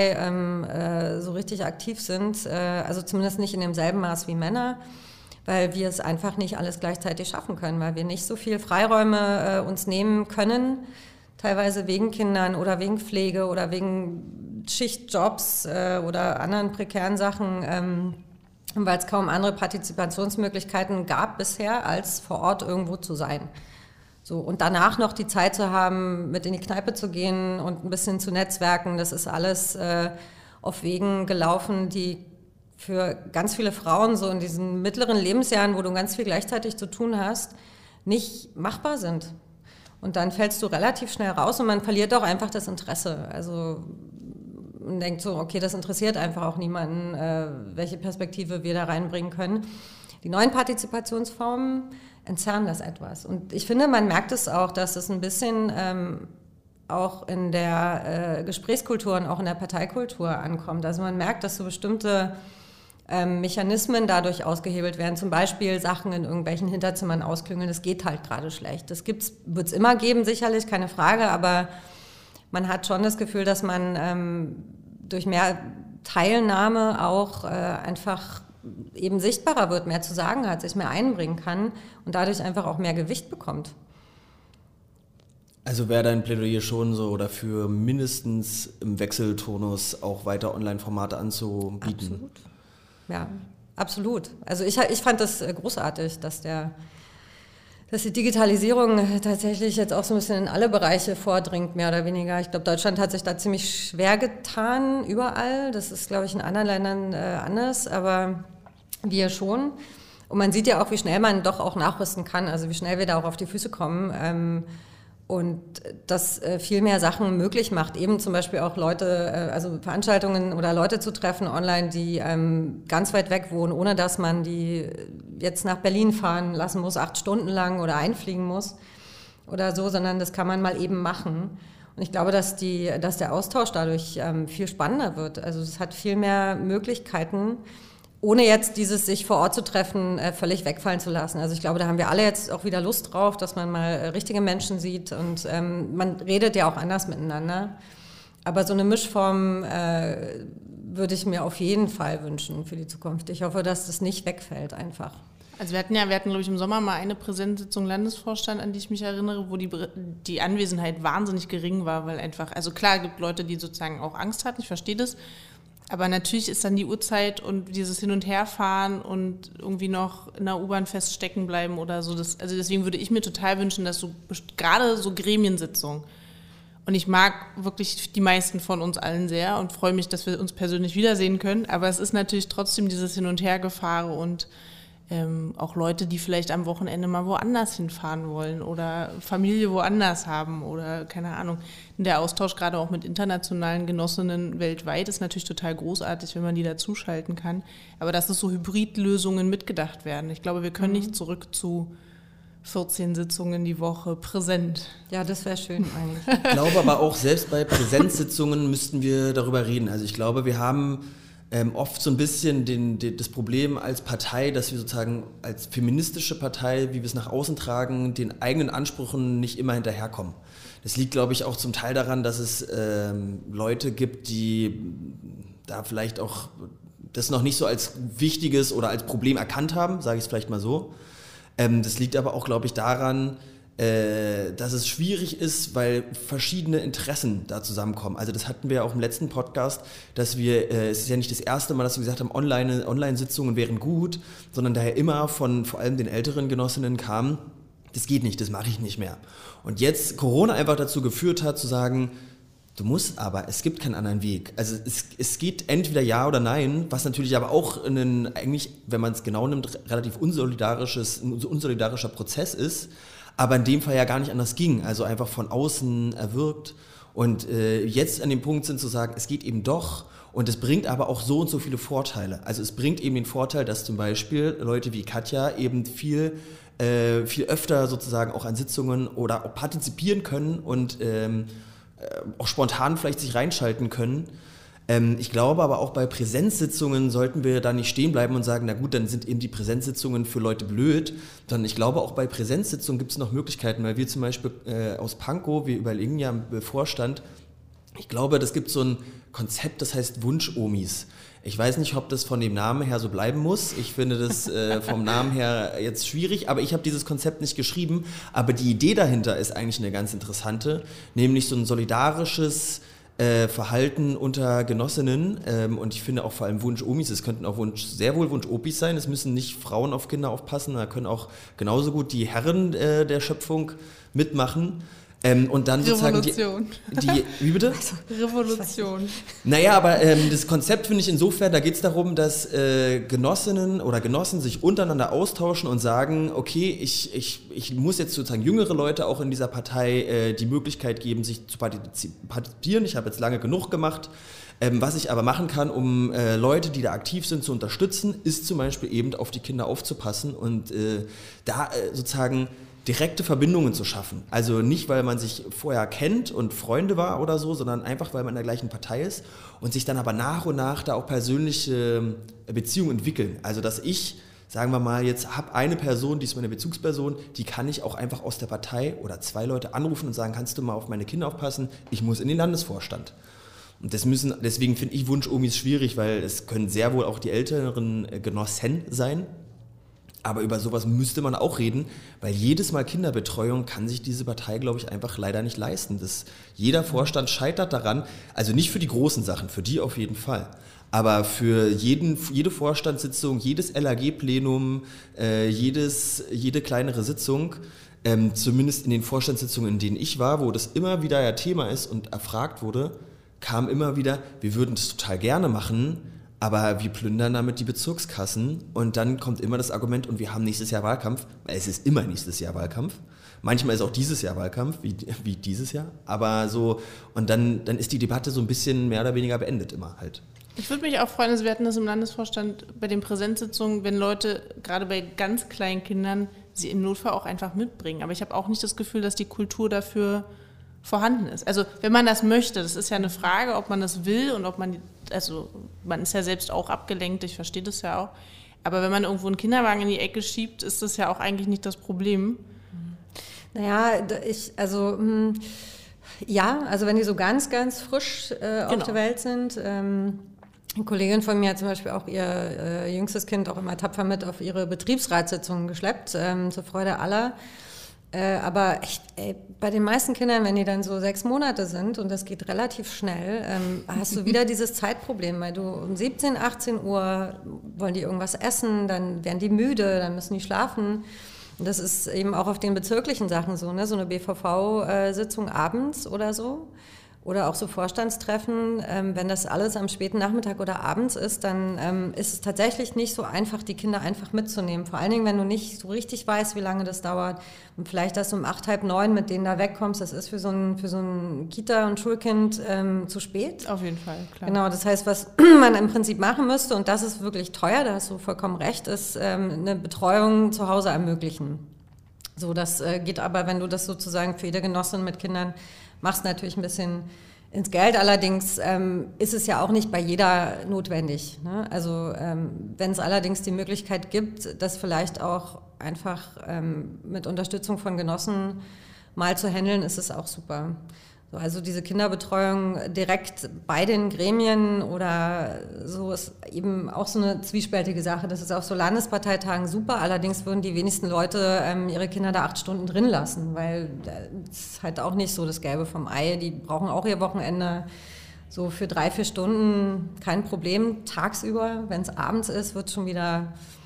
Partei, so richtig aktiv sind, also zumindest nicht in demselben Maß wie Männer, weil wir es einfach nicht alles gleichzeitig schaffen können, weil wir nicht so viel Freiräume uns nehmen können, teilweise wegen Kindern oder wegen Pflege oder wegen Schichtjobs oder anderen prekären Sachen, weil es kaum andere Partizipationsmöglichkeiten gab bisher, als vor Ort irgendwo zu sein. So, und danach noch die Zeit zu haben, mit in die Kneipe zu gehen und ein bisschen zu netzwerken, das ist alles auf Wegen gelaufen, die für ganz viele Frauen so in diesen mittleren Lebensjahren, wo du ganz viel gleichzeitig zu tun hast, nicht machbar sind. Und dann fällst du relativ schnell raus und man verliert auch einfach das Interesse. Also man denkt so, okay, das interessiert einfach auch niemanden, welche Perspektive wir da reinbringen können. Die neuen Partizipationsformen entzerren das etwas. Und ich finde, man merkt es auch, dass es ein bisschen auch in der Gesprächskultur und auch in der Parteikultur ankommt. Also man merkt, dass so bestimmte Mechanismen dadurch ausgehebelt werden, zum Beispiel Sachen in irgendwelchen Hinterzimmern ausklüngeln, das geht halt gerade schlecht. Das wird es immer geben, sicherlich, keine Frage, aber man hat schon das Gefühl, dass man durch mehr Teilnahme auch einfach eben sichtbarer wird, mehr zu sagen hat, sich mehr einbringen kann und dadurch einfach auch mehr Gewicht bekommt. Also wäre dein Plädoyer schon so dafür, mindestens im Wechselturnus auch weiter Online-Formate anzubieten? Absolut. Ja, absolut. Also ich fand das großartig, dass die Digitalisierung tatsächlich jetzt auch so ein bisschen in alle Bereiche vordringt, mehr oder weniger. Ich glaube, Deutschland hat sich da ziemlich schwer getan, überall. Das ist, glaube ich, in anderen Ländern anders, aber wir schon. Und man sieht ja auch, wie schnell man doch auch nachrüsten kann, also wie schnell wir da auch auf die Füße kommen. Und das viel mehr Sachen möglich macht, eben zum Beispiel auch Leute, also Veranstaltungen oder Leute zu treffen online, die ganz weit weg wohnen, ohne dass man die jetzt nach Berlin fahren lassen muss, 8 Stunden lang oder einfliegen muss oder so, sondern das kann man mal eben machen. Und ich glaube, dass der Austausch dadurch viel spannender wird. Also es hat viel mehr Möglichkeiten, ohne jetzt dieses sich vor Ort zu treffen, völlig wegfallen zu lassen. Also ich glaube, da haben wir alle jetzt auch wieder Lust drauf, dass man mal richtige Menschen sieht und man redet ja auch anders miteinander. Aber so eine Mischform würde ich mir auf jeden Fall wünschen für die Zukunft. Ich hoffe, dass das nicht wegfällt einfach. Also wir hatten, glaube ich, im Sommer mal eine Präsenzsitzung Landesvorstand, an die ich mich erinnere, wo die Anwesenheit wahnsinnig gering war, weil einfach, also klar, es gibt Leute, die sozusagen auch Angst hatten, ich verstehe das, aber natürlich ist dann die Uhrzeit und dieses Hin- und Herfahren und irgendwie noch in der U-Bahn feststecken bleiben oder so. Also deswegen würde ich mir total wünschen, dass gerade so Gremiensitzungen, und ich mag wirklich die meisten von uns allen sehr und freue mich, dass wir uns persönlich wiedersehen können, aber es ist natürlich trotzdem dieses Hin- und Hergefahre und auch Leute, die vielleicht am Wochenende mal woanders hinfahren wollen oder Familie woanders haben oder keine Ahnung. Der Austausch gerade auch mit internationalen Genossinnen weltweit ist natürlich total großartig, wenn man die dazuschalten kann. Aber dass es so Hybridlösungen mitgedacht werden. Ich glaube, wir können nicht zurück zu 14 Sitzungen die Woche präsent. Ja, das wäre schön eigentlich. Ich glaube aber auch, selbst bei Präsenzsitzungen müssten wir darüber reden. Also ich glaube, wir haben oft so ein bisschen das Problem als Partei, dass wir sozusagen als feministische Partei, wie wir es nach außen tragen, den eigenen Ansprüchen nicht immer hinterherkommen. Das liegt, glaube ich, auch zum Teil daran, dass es Leute gibt, die da vielleicht auch das noch nicht so als wichtiges oder als Problem erkannt haben, sage ich es vielleicht mal so. Das liegt aber auch, glaube ich, daran, dass es schwierig ist, weil verschiedene Interessen da zusammenkommen. Also das hatten wir auch im letzten Podcast, dass es ist ja nicht das erste Mal, dass wir gesagt haben, Online-Sitzungen wären gut, sondern daher immer von vor allem den älteren Genossinnen kam, das geht nicht, das mache ich nicht mehr. Und jetzt Corona einfach dazu geführt hat, zu sagen, du musst aber, es gibt keinen anderen Weg. Also es geht entweder ja oder nein, was natürlich aber auch eigentlich, wenn man es genau nimmt, relativ ein unsolidarischer Prozess ist, aber in dem Fall ja gar nicht anders ging, also einfach von außen erwirkt und jetzt an dem Punkt sind zu sagen, es geht eben doch und es bringt aber auch so und so viele Vorteile. Also es bringt eben den Vorteil, dass zum Beispiel Leute wie Katja eben viel öfter sozusagen auch an Sitzungen oder auch partizipieren können und auch spontan vielleicht sich reinschalten können. Ich glaube aber auch bei Präsenzsitzungen sollten wir da nicht stehen bleiben und sagen, na gut, dann sind eben die Präsenzsitzungen für Leute blöd, sondern ich glaube auch bei Präsenzsitzungen gibt es noch Möglichkeiten, weil wir zum Beispiel aus Pankow, wir überlegen ja im Vorstand, ich glaube, das gibt so ein Konzept, das heißt Wunsch-Omis. Ich weiß nicht, ob das von dem Namen her so bleiben muss. Ich finde das vom Namen her jetzt schwierig, aber ich habe dieses Konzept nicht geschrieben. Aber die Idee dahinter ist eigentlich eine ganz interessante, nämlich so ein solidarisches Verhalten unter Genossinnen und ich finde auch vor allem Wunsch-Omis, es könnten auch sehr wohl Wunsch-Opis sein, es müssen nicht Frauen auf Kinder aufpassen, da können auch genauso gut die Herren der Schöpfung mitmachen. Und dann sozusagen wie bitte? Revolution. Naja, aber das Konzept finde ich insofern, da geht es darum, dass Genossinnen oder Genossen sich untereinander austauschen und sagen, okay, ich muss jetzt sozusagen jüngere Leute auch in dieser Partei die Möglichkeit geben, sich zu partizipieren. Ich habe jetzt lange genug gemacht. Was ich aber machen kann, um Leute, die da aktiv sind, zu unterstützen, ist zum Beispiel eben auf die Kinder aufzupassen und da sozusagen direkte Verbindungen zu schaffen. Also nicht, weil man sich vorher kennt und Freunde war oder so, sondern einfach, weil man in der gleichen Partei ist und sich dann aber nach und nach da auch persönliche Beziehungen entwickeln. Also dass ich, sagen wir mal, jetzt habe eine Person, die ist meine Bezugsperson, die kann ich auch einfach aus der Partei oder 2 Leute anrufen und sagen, kannst du mal auf meine Kinder aufpassen? Ich muss in den Landesvorstand. Und deswegen finde ich Wunsch-Omis schwierig, weil es können sehr wohl auch die älteren Genossen sein. Aber über sowas müsste man auch reden, weil jedes Mal Kinderbetreuung kann sich diese Partei, glaube ich, einfach leider nicht leisten. Jeder Vorstand scheitert daran, also nicht für die großen Sachen, für die auf jeden Fall. Aber für jede Vorstandssitzung, jedes LAG-Plenum, jede kleinere Sitzung, zumindest in den Vorstandssitzungen, in denen ich war, wo das immer wieder ja Thema ist und erfragt wurde, kam immer wieder, wir würden das total gerne machen, aber wir plündern damit die Bezirkskassen und dann kommt immer das Argument, und wir haben nächstes Jahr Wahlkampf, weil es ist immer nächstes Jahr Wahlkampf. Manchmal ist auch dieses Jahr Wahlkampf, wie dieses Jahr, aber so, und dann ist die Debatte so ein bisschen mehr oder weniger beendet immer halt. Ich würde mich auch freuen, also wir hatten das im Landesvorstand bei den Präsenzsitzungen, wenn Leute, gerade bei ganz kleinen Kindern, sie im Notfall auch einfach mitbringen. Aber ich habe auch nicht das Gefühl, dass die Kultur dafür vorhanden ist. Also wenn man das möchte, das ist ja eine Frage, ob man das will und ob man, also man ist ja selbst auch abgelenkt, ich verstehe das ja auch, aber wenn man irgendwo einen Kinderwagen in die Ecke schiebt, ist das ja auch eigentlich nicht das Problem. Naja, also wenn die so ganz, ganz frisch auf der Welt sind, eine Kollegin von mir hat zum Beispiel auch ihr jüngstes Kind auch immer tapfer mit auf ihre Betriebsratssitzungen geschleppt, zur Freude aller. Aber echt, bei den meisten Kindern, wenn die dann so 6 Monate sind, und das geht relativ schnell, hast du wieder dieses Zeitproblem, weil du um 17, 18 Uhr wollen die irgendwas essen, dann werden die müde, dann müssen die schlafen. Und das ist eben auch auf den bezirklichen Sachen so, ne? So eine BVV-Sitzung abends oder so. Oder auch so Vorstandstreffen, wenn das alles am späten Nachmittag oder abends ist, dann ist es tatsächlich nicht so einfach, die Kinder einfach mitzunehmen. Vor allen Dingen, wenn du nicht so richtig weißt, wie lange das dauert. Und vielleicht, dass du um 8, halb 9 mit denen da wegkommst, das ist für so ein Kita- und Schulkind zu spät. Auf jeden Fall, klar. Genau, das heißt, was man im Prinzip machen müsste, und das ist wirklich teuer, da hast du vollkommen recht, ist eine Betreuung zu Hause ermöglichen. So, das geht aber, wenn du das sozusagen für jede Genossin mit Kindern machst, natürlich ein bisschen ins Geld. Allerdings ist es ja auch nicht bei jeder notwendig, ne? Also wenn es allerdings die Möglichkeit gibt, das vielleicht auch einfach mit Unterstützung von Genossen mal zu handeln, ist es auch super. So, also diese Kinderbetreuung direkt bei den Gremien oder so ist eben auch so eine zwiespältige Sache. Das ist auf so Landesparteitagen super, allerdings würden die wenigsten Leute ihre Kinder da 8 Stunden drin lassen, weil das ist halt auch nicht so das Gelbe vom Ei. Die brauchen auch ihr Wochenende so für 3, 4 Stunden, kein Problem. Tagsüber, wenn es abends ist, wird schon wieder...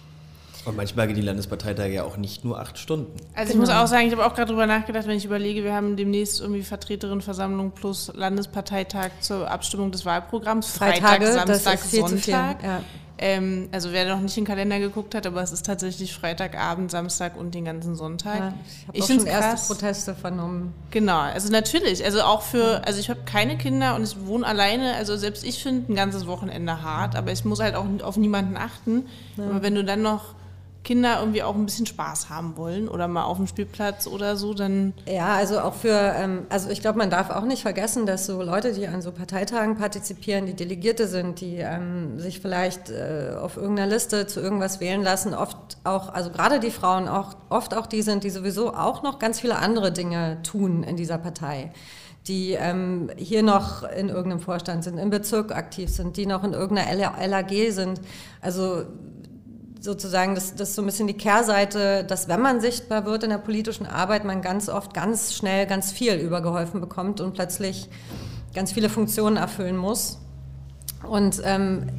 Und manchmal gehen die Landesparteitage ja auch nicht nur 8 Stunden. Also ich muss auch sagen, ich habe auch gerade drüber nachgedacht, wenn ich überlege, wir haben demnächst irgendwie Vertreterinnenversammlung plus Landesparteitag zur Abstimmung des Wahlprogramms. Freitag, Samstag, Sonntag. Ja. Also wer noch nicht in den Kalender geguckt hat, aber es ist tatsächlich Freitagabend, Samstag und den ganzen Sonntag. Ja, ich habe schon erste Proteste vernommen. Genau, also natürlich, also auch also ich habe keine Kinder und ich wohne alleine, also selbst ich finde ein ganzes Wochenende hart, aber ich muss halt auch auf niemanden achten. Ja. Aber wenn du dann noch Kinder irgendwie auch ein bisschen Spaß haben wollen oder mal auf dem Spielplatz oder so, dann... Ja, also auch also ich glaube, man darf auch nicht vergessen, dass so Leute, die an so Parteitagen partizipieren, die Delegierte sind, die sich vielleicht auf irgendeiner Liste zu irgendwas wählen lassen, oft auch, also gerade die Frauen, oft auch die sind, die sowieso auch noch ganz viele andere Dinge tun in dieser Partei, die hier noch in irgendeinem Vorstand sind, im Bezirk aktiv sind, die noch in irgendeiner LAG sind, also sozusagen, das ist so ein bisschen die Kehrseite, dass wenn man sichtbar wird in der politischen Arbeit, man ganz oft ganz schnell ganz viel übergeholfen bekommt und plötzlich ganz viele Funktionen erfüllen muss. Und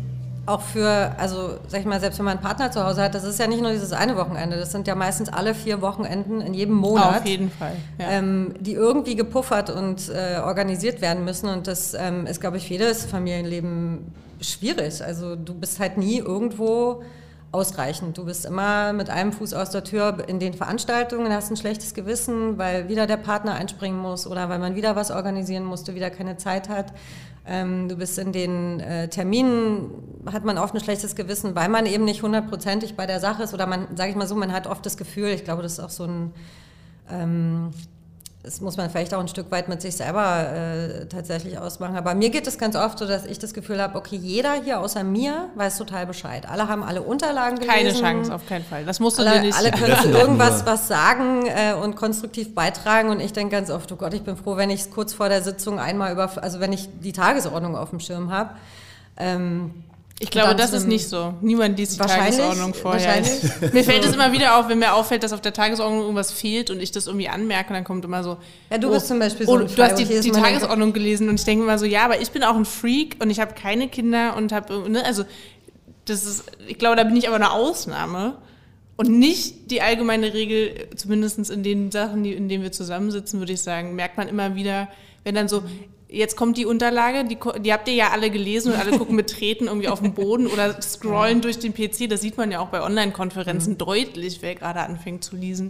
auch für, also sag ich mal, selbst wenn man einen Partner zu Hause hat, das ist ja nicht nur dieses eine Wochenende, das sind ja meistens alle 4 Wochenenden in jedem Monat. Auf jeden Fall, ja. Die irgendwie gepuffert und organisiert werden müssen und das ist, glaube ich, für jedes Familienleben schwierig. Also du bist halt nie irgendwo ausreichend. Du bist immer mit einem Fuß aus der Tür in den Veranstaltungen, hast ein schlechtes Gewissen, weil wieder der Partner einspringen muss oder weil man wieder was organisieren musste, wieder keine Zeit hat. Du bist in den Terminen, hat man oft ein schlechtes Gewissen, weil man eben nicht 100%ig bei der Sache ist oder man, sage ich mal so, man hat oft das Gefühl, ich glaube, das ist auch so ein, das muss man vielleicht auch ein Stück weit mit sich selber tatsächlich ausmachen. Aber mir geht es ganz oft so, dass ich das Gefühl habe, okay, jeder hier außer mir weiß total Bescheid. Alle haben alle Unterlagen gelesen. Keine Chance, auf keinen Fall. Das musst du dir nicht. Alle können zu irgendwas was sagen und konstruktiv beitragen. Und ich denke ganz oft, oh Gott, ich bin froh, wenn ich es kurz vor der Sitzung einmal also wenn ich die Tagesordnung auf dem Schirm habe. Ich glaube, das ist nicht so. Niemand liest die Tagesordnung vorher. Mir fällt es immer wieder auf, wenn mir auffällt, dass auf der Tagesordnung irgendwas fehlt und ich das irgendwie anmerke, dann kommt immer so, ja, du bist zum Beispiel so ein du hast die Tagesordnung gelesen und ich denke immer so, ja, aber ich bin auch ein Freak und ich habe keine Kinder und habe, ne, also das ist, ich glaube, da bin ich aber eine Ausnahme und nicht die allgemeine Regel, zumindest in den Sachen, in denen wir zusammensitzen, würde ich sagen, merkt man immer wieder, wenn dann so, jetzt kommt die Unterlage, die habt ihr ja alle gelesen und alle gucken mit Treten irgendwie auf den Boden oder scrollen durch den PC. Das sieht man ja auch bei Online-Konferenzen deutlich, wer gerade anfängt zu lesen.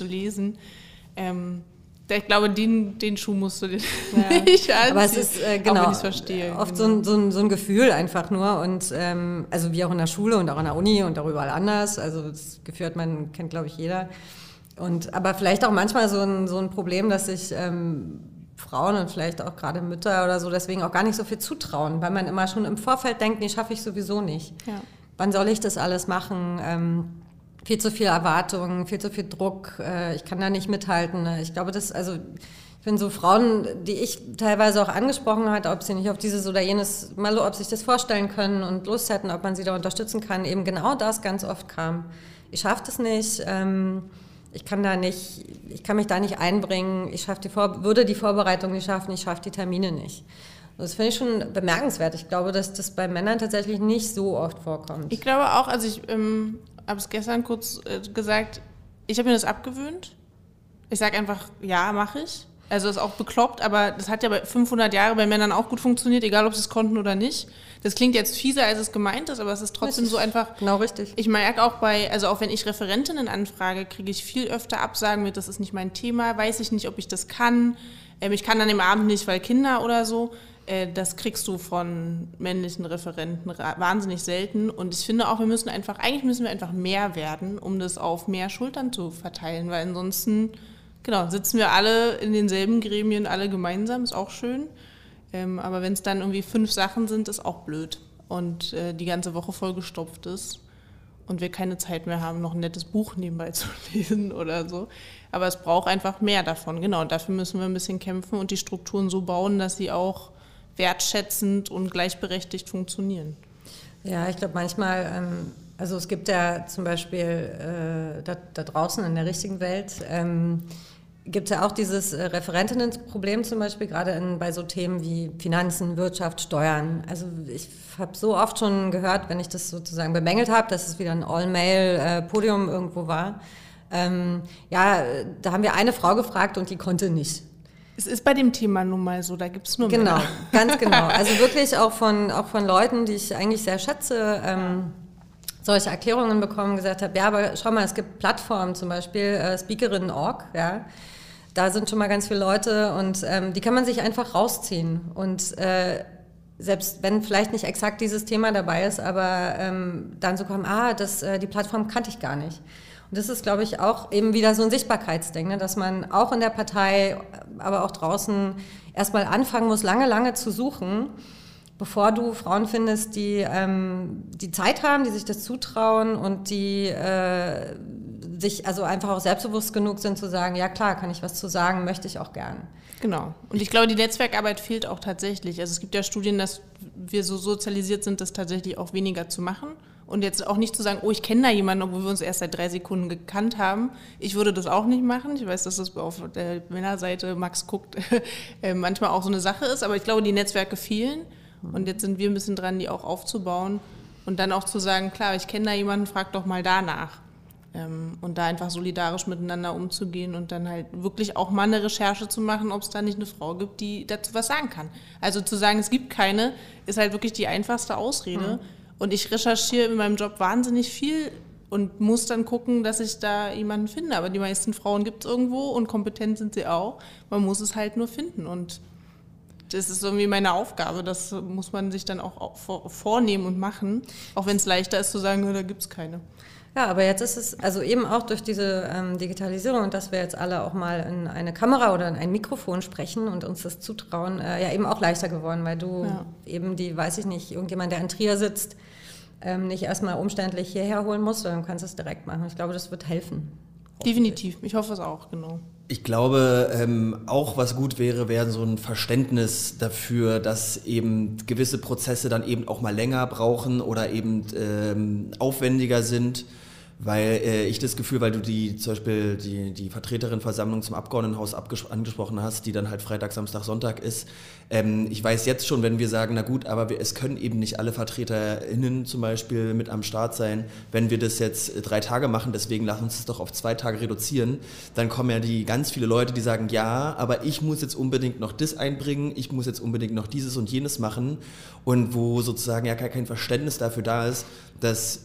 Ich glaube, den Schuh musst du dir nicht anziehen. Aber es ist, genau, auch wenn ich es verstehe. Oft so ein Gefühl einfach nur. Und also wie auch in der Schule und auch in der Uni und auch überall anders. Also das Gefühl hat man, kennt, glaube ich, jeder. Aber vielleicht auch manchmal so ein Problem, dass sich Frauen und vielleicht auch gerade Mütter oder so deswegen auch gar nicht so viel zutrauen, weil man immer schon im Vorfeld denkt, nee, schaffe ich sowieso nicht. Ja. Wann soll ich das alles machen? Viel zu viel Erwartungen, viel zu viel Druck, ich kann da nicht mithalten. Ich glaube, ich finde so Frauen, die ich teilweise auch angesprochen hatte, ob sie nicht auf dieses oder jenes, mal ob sich das vorstellen können und Lust hätten, ob man sie da unterstützen kann, eben genau das ganz oft kam. Ich schaffe das nicht, ich kann mich da nicht einbringen, würde die Vorbereitung nicht schaffen, ich schaffe die Termine nicht. Das finde ich schon bemerkenswert. Ich glaube, dass das bei Männern tatsächlich nicht so oft vorkommt. Ich glaube auch, also ich habe es gestern kurz gesagt, ich habe mir das abgewöhnt. Ich sage einfach, ja, mache ich. Also das ist auch bekloppt, aber das hat ja bei 500 Jahre bei Männern auch gut funktioniert, egal ob sie es konnten oder nicht. Das klingt jetzt fieser, als es gemeint ist, aber es ist trotzdem so einfach. Genau richtig. Ich merke auch auch wenn ich Referentinnen anfrage, kriege ich viel öfter Absagen mit, das ist nicht mein Thema, weiß ich nicht, ob ich das kann. Ich kann dann im Abend nicht, weil Kinder oder so. Das kriegst du von männlichen Referenten wahnsinnig selten. Und ich finde auch, eigentlich müssen wir einfach mehr werden, um das auf mehr Schultern zu verteilen, weil ansonsten sitzen wir alle in denselben Gremien, alle gemeinsam, ist auch schön. Aber wenn es dann irgendwie 5 Sachen sind, ist auch blöd. Und die ganze Woche vollgestopft ist und wir keine Zeit mehr haben, noch ein nettes Buch nebenbei zu lesen oder so. Aber es braucht einfach mehr davon, genau. Und dafür müssen wir ein bisschen kämpfen und die Strukturen so bauen, dass sie auch wertschätzend und gleichberechtigt funktionieren. Ja, ich glaube manchmal, also es gibt ja zum Beispiel da draußen in der richtigen Welt, gibt es ja auch dieses Referentinnenproblem zum Beispiel, gerade bei so Themen wie Finanzen, Wirtschaft, Steuern. Also ich habe so oft schon gehört, wenn ich das sozusagen bemängelt habe, dass es wieder ein All-Male-Podium irgendwo war. Da haben wir eine Frau gefragt und die konnte nicht. Es ist bei dem Thema nun mal so, da gibt es nur Männer. Genau, ganz genau. Also wirklich auch von Leuten, die ich eigentlich sehr schätze, solche Erklärungen bekommen, gesagt habe, ja, aber schau mal, es gibt Plattformen, zum Beispiel Speakerinnen.org, ja, da sind schon mal ganz viele Leute und die kann man sich einfach rausziehen und selbst wenn vielleicht nicht exakt dieses Thema dabei ist, aber dann so kommen, die Plattform kannte ich gar nicht. Und das ist, glaube ich, auch eben wieder so ein Sichtbarkeitsding, ne? Dass man auch in der Partei, aber auch draußen erstmal anfangen muss, lange zu suchen, bevor du Frauen findest, die Zeit haben, die sich das zutrauen und die sich also einfach auch selbstbewusst genug sind zu sagen, ja klar, kann ich was zu sagen, möchte ich auch gern. Genau. Und ich glaube, die Netzwerkarbeit fehlt auch tatsächlich. Also es gibt ja Studien, dass wir so sozialisiert sind, das tatsächlich auch weniger zu machen. Und jetzt auch nicht zu sagen, oh, ich kenne da jemanden, obwohl wir uns erst seit 3 Sekunden gekannt haben. Ich würde das auch nicht machen. Ich weiß, dass das auf der Männerseite, Max guckt, manchmal auch so eine Sache ist. Aber ich glaube, die Netzwerke fehlen. Und jetzt sind wir ein bisschen dran, die auch aufzubauen. Und dann auch zu sagen, klar, ich kenne da jemanden, frag doch mal danach. Und da einfach solidarisch miteinander umzugehen und dann halt wirklich auch mal eine Recherche zu machen, ob es da nicht eine Frau gibt, die dazu was sagen kann. Also zu sagen, es gibt keine, ist halt wirklich die einfachste Ausrede. Und ich recherchiere in meinem Job wahnsinnig viel und muss dann gucken, dass ich da jemanden finde. Aber die meisten Frauen gibt es irgendwo und kompetent sind sie auch. Man muss es halt nur finden und das ist irgendwie meine Aufgabe. Das muss man sich dann auch vornehmen und machen, auch wenn es leichter ist zu sagen, da gibt es keine. Ja, aber jetzt ist es, also eben auch durch diese Digitalisierung und dass wir jetzt alle auch mal in eine Kamera oder in ein Mikrofon sprechen und uns das zutrauen, ja eben auch leichter geworden, weil du eben die, weiß ich nicht, irgendjemand, der in Trier sitzt, nicht erstmal umständlich hierher holen musst, sondern du kannst es direkt machen. Ich glaube, das wird helfen. Definitiv, ich hoffe es auch, genau. Ich glaube, auch was gut wäre so ein Verständnis dafür, dass eben gewisse Prozesse dann eben auch mal länger brauchen oder eben aufwendiger sind, weil ich das Gefühl, weil du zum Beispiel die Vertreterin-Versammlung zum Abgeordnetenhaus angesprochen hast, die dann halt Freitag, Samstag, Sonntag ist. Ich weiß jetzt schon, wenn wir sagen, na gut, aber es können eben nicht alle VertreterInnen zum Beispiel mit am Start sein, wenn wir das jetzt 3 Tage machen, deswegen lass uns das doch auf 2 Tage reduzieren, dann kommen ja ganz viele Leute, die sagen, ja, aber ich muss jetzt unbedingt noch das einbringen, ich muss jetzt unbedingt noch dieses und jenes machen und wo sozusagen ja kein Verständnis dafür da ist, dass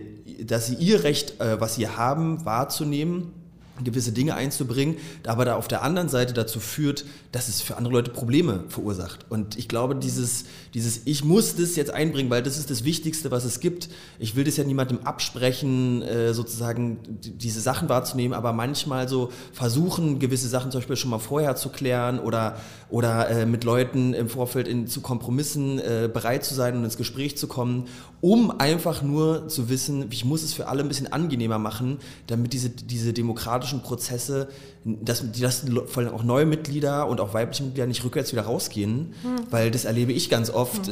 sie ihr Recht, was sie haben, wahrzunehmen, gewisse Dinge einzubringen, aber da auf der anderen Seite dazu führt, dass es für andere Leute Probleme verursacht. Und ich glaube, dieses ich muss das jetzt einbringen, weil das ist das Wichtigste, was es gibt. Ich will das ja niemandem absprechen, sozusagen diese Sachen wahrzunehmen, aber manchmal so versuchen, gewisse Sachen zum Beispiel schon mal vorher zu klären oder mit Leuten im Vorfeld zu Kompromissen bereit zu sein und ins Gespräch zu kommen, um einfach nur zu wissen, ich muss es für alle ein bisschen angenehmer machen, damit diese demokratischen Prozesse, dass vor allem auch neue Mitglieder und auch weibliche Mitglieder nicht rückwärts wieder rausgehen, weil das erlebe ich ganz oft,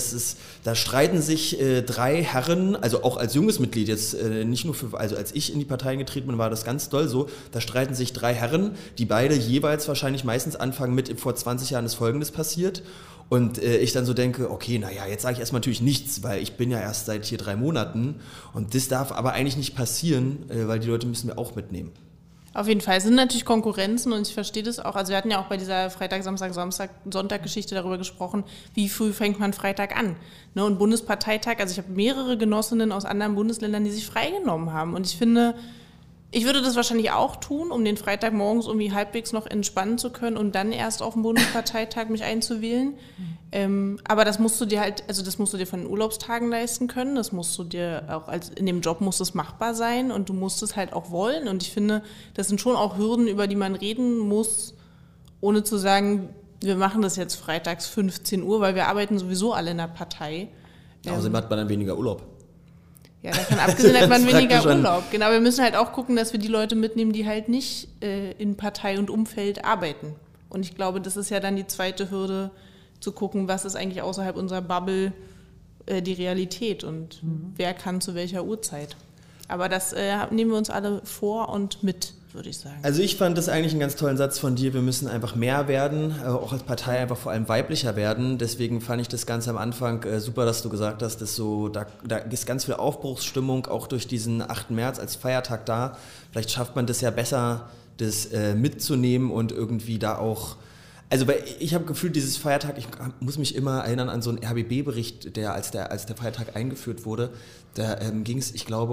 da streiten sich 3 Herren, also auch als junges Mitglied jetzt, nicht nur also als ich in die Partei getreten bin, war das ganz doll so, da streiten sich 3 Herren, die beide jeweils wahrscheinlich meistens anfangen mit, vor 20 Jahren ist Folgendes passiert. Und ich dann so denke, okay, naja, jetzt sage ich erstmal natürlich nichts, weil ich bin ja erst seit hier 3 Monaten und das darf aber eigentlich nicht passieren, weil die Leute müssen wir auch mitnehmen. Auf jeden Fall, es sind natürlich Konkurrenzen und ich verstehe das auch. Also wir hatten ja auch bei dieser Freitag, Samstag, Sonntag-Geschichte darüber gesprochen, wie früh fängt man Freitag an. Ne? Und Bundesparteitag, also ich habe mehrere Genossinnen aus anderen Bundesländern, die sich freigenommen haben. Und ich finde, ich würde das wahrscheinlich auch tun, um den Freitag morgens irgendwie halbwegs noch entspannen zu können und dann erst auf den Bundesparteitag mich einzuwählen. Aber das musst du dir das musst du dir von den Urlaubstagen leisten können, das musst du dir auch, in dem Job muss es machbar sein und du musst es halt auch wollen. Und ich finde, das sind schon auch Hürden, über die man reden muss, ohne zu sagen, wir machen das jetzt freitags 15 Uhr, weil wir arbeiten sowieso alle in der Partei. Außerdem hat man dann weniger Urlaub. Ja, davon abgesehen hat man weniger Urlaub. Genau, wir müssen halt auch gucken, dass wir die Leute mitnehmen, die halt nicht in Partei und Umfeld arbeiten. Und ich glaube, das ist ja dann die zweite Hürde, zu gucken, was ist eigentlich außerhalb unserer Bubble die Realität und wer kann zu welcher Uhrzeit. Aber das nehmen wir uns alle vor und mit, würde ich sagen. Also ich fand das eigentlich einen ganz tollen Satz von dir, wir müssen einfach mehr werden, auch als Partei einfach vor allem weiblicher werden. Deswegen fand ich das Ganze am Anfang super, dass du gesagt hast, dass da ist ganz viel Aufbruchsstimmung, auch durch diesen 8. März als Feiertag da. Vielleicht schafft man das ja besser, das mitzunehmen und irgendwie da auch. Also weil ich habe gefühlt, dieses Feiertag, ich muss mich immer erinnern an so einen RBB-Bericht, der als der Feiertag eingeführt wurde, da ging es, ich glaube,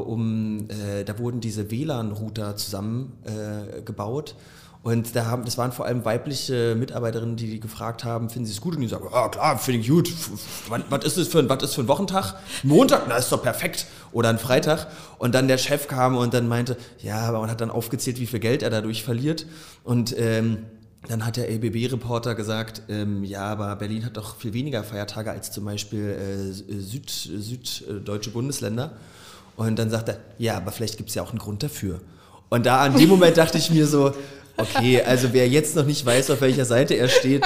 da wurden diese WLAN-Router zusammengebaut und das waren vor allem weibliche Mitarbeiterinnen, die gefragt haben, finden Sie es gut? Und die sagen, ja klar, finde ich gut. Was ist das für ein Wochentag? Montag? Na, ist doch perfekt. Oder ein Freitag. Und dann der Chef kam und dann meinte, ja, aber man hat dann aufgezählt, wie viel Geld er dadurch verliert und dann hat der LBB-Reporter gesagt, ja, aber Berlin hat doch viel weniger Feiertage als zum Beispiel süddeutsche Bundesländer. Und dann sagt er, ja, aber vielleicht gibt es ja auch einen Grund dafür. Und da an dem Moment dachte ich mir so, okay, also wer jetzt noch nicht weiß, auf welcher Seite er steht,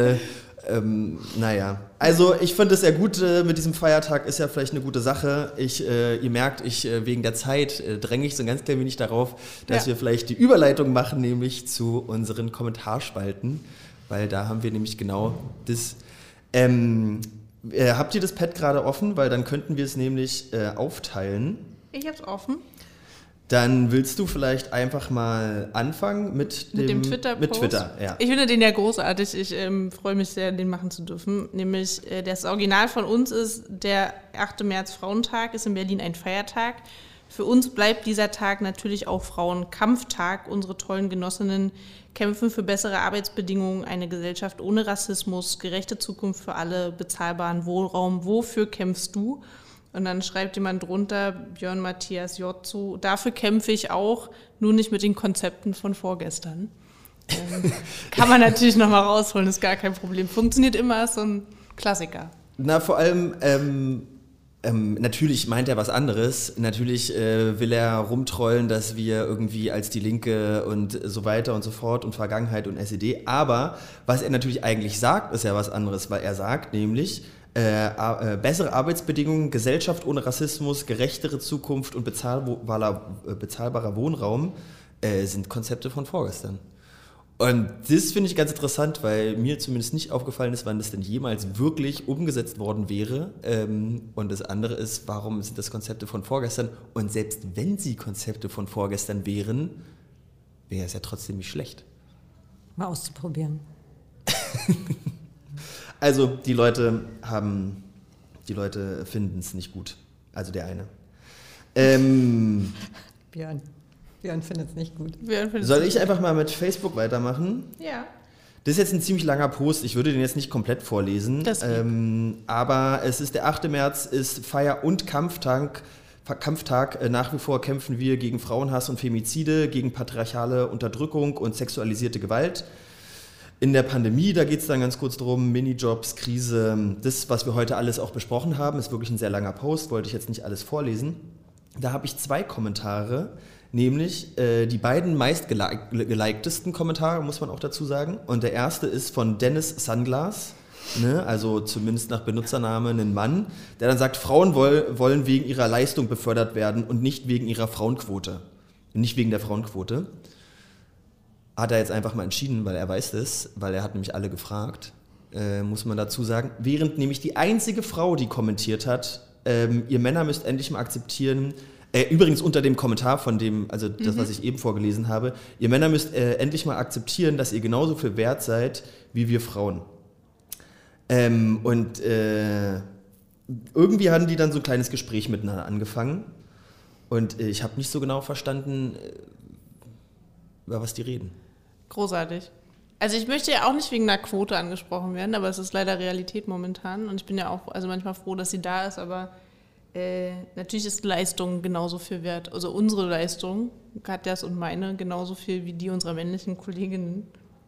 naja. Also ich finde es sehr gut mit diesem Feiertag, ist ja vielleicht eine gute Sache. Ihr merkt, wegen der Zeit dränge ich so ein ganz klein wenig darauf, dass wir vielleicht die Überleitung machen, nämlich zu unseren Kommentarspalten, weil da haben wir nämlich genau das. Habt ihr das Pad gerade offen? Weil dann könnten wir es nämlich aufteilen. Ich hab's offen. Dann willst du vielleicht einfach mal anfangen mit dem Twitter-Post? Mit Twitter, ja. Ich finde den ja großartig. Ich freue mich sehr, den machen zu dürfen. Nämlich, das Original von uns ist, der 8. März Frauentag, ist in Berlin ein Feiertag. Für uns bleibt dieser Tag natürlich auch Frauenkampftag. Unsere tollen Genossinnen kämpfen für bessere Arbeitsbedingungen, eine Gesellschaft ohne Rassismus, gerechte Zukunft für alle, bezahlbaren Wohnraum. Wofür kämpfst du? Und dann schreibt jemand drunter, Björn Matthias Jotzo, dafür kämpfe ich auch, nur nicht mit den Konzepten von vorgestern. Kann man natürlich nochmal rausholen, ist gar kein Problem. Funktioniert immer, ist so ein Klassiker. Na, vor allem, natürlich meint er was anderes. Natürlich will er rumtrollen, dass wir irgendwie als die Linke und so weiter und so fort und Vergangenheit und SED. Aber was er natürlich eigentlich sagt, ist ja was anderes, weil er sagt nämlich, bessere Arbeitsbedingungen, Gesellschaft ohne Rassismus, gerechtere Zukunft und bezahlbarer Wohnraum sind Konzepte von vorgestern. Und das finde ich ganz interessant, weil mir zumindest nicht aufgefallen ist, wann das denn jemals wirklich umgesetzt worden wäre. Und das andere ist, warum sind das Konzepte von vorgestern? Und selbst wenn sie Konzepte von vorgestern wären, wäre es ja trotzdem nicht schlecht. Mal auszuprobieren. Also die Leute finden es nicht gut. Also der eine. Björn findet es nicht gut. Soll ich einfach mal mit Facebook weitermachen? Ja. Das ist jetzt ein ziemlich langer Post. Ich würde den jetzt nicht komplett vorlesen. Aber es ist der 8. März, ist Feier- und Kampftag. Nach wie vor kämpfen wir gegen Frauenhass und Femizide, gegen patriarchale Unterdrückung und sexualisierte Gewalt. In der Pandemie, da geht es dann ganz kurz drum, Minijobs, Krise, das, was wir heute alles auch besprochen haben, ist wirklich ein sehr langer Post, wollte ich jetzt nicht alles vorlesen. Da habe ich 2 Kommentare, nämlich die beiden meistgeliktesten Kommentare, muss man auch dazu sagen. Und der erste ist von Dennis Sunglass, ne, also zumindest nach Benutzername ein Mann, der dann sagt, Frauen wollen wegen ihrer Leistung befördert werden und nicht wegen ihrer Frauenquote. Nicht wegen der Frauenquote. Hat er jetzt einfach mal entschieden, weil er weiß das, weil er hat nämlich alle gefragt, muss man dazu sagen. Während nämlich die einzige Frau, die kommentiert hat, ihr Männer müsst endlich mal akzeptieren, übrigens unter dem Kommentar von dem, also das, was ich eben vorgelesen habe, ihr Männer müsst endlich mal akzeptieren, dass ihr genauso viel wert seid wie wir Frauen. Irgendwie hatten die dann so ein kleines Gespräch miteinander angefangen und ich habe nicht so genau verstanden, über was die reden. Großartig. Also ich möchte ja auch nicht wegen einer Quote angesprochen werden, aber es ist leider Realität momentan und ich bin ja auch manchmal froh, dass sie da ist, aber natürlich ist Leistung genauso viel wert. Also unsere Leistung, Katjas und meine, genauso viel wie die unserer männlichen Kolleginnen.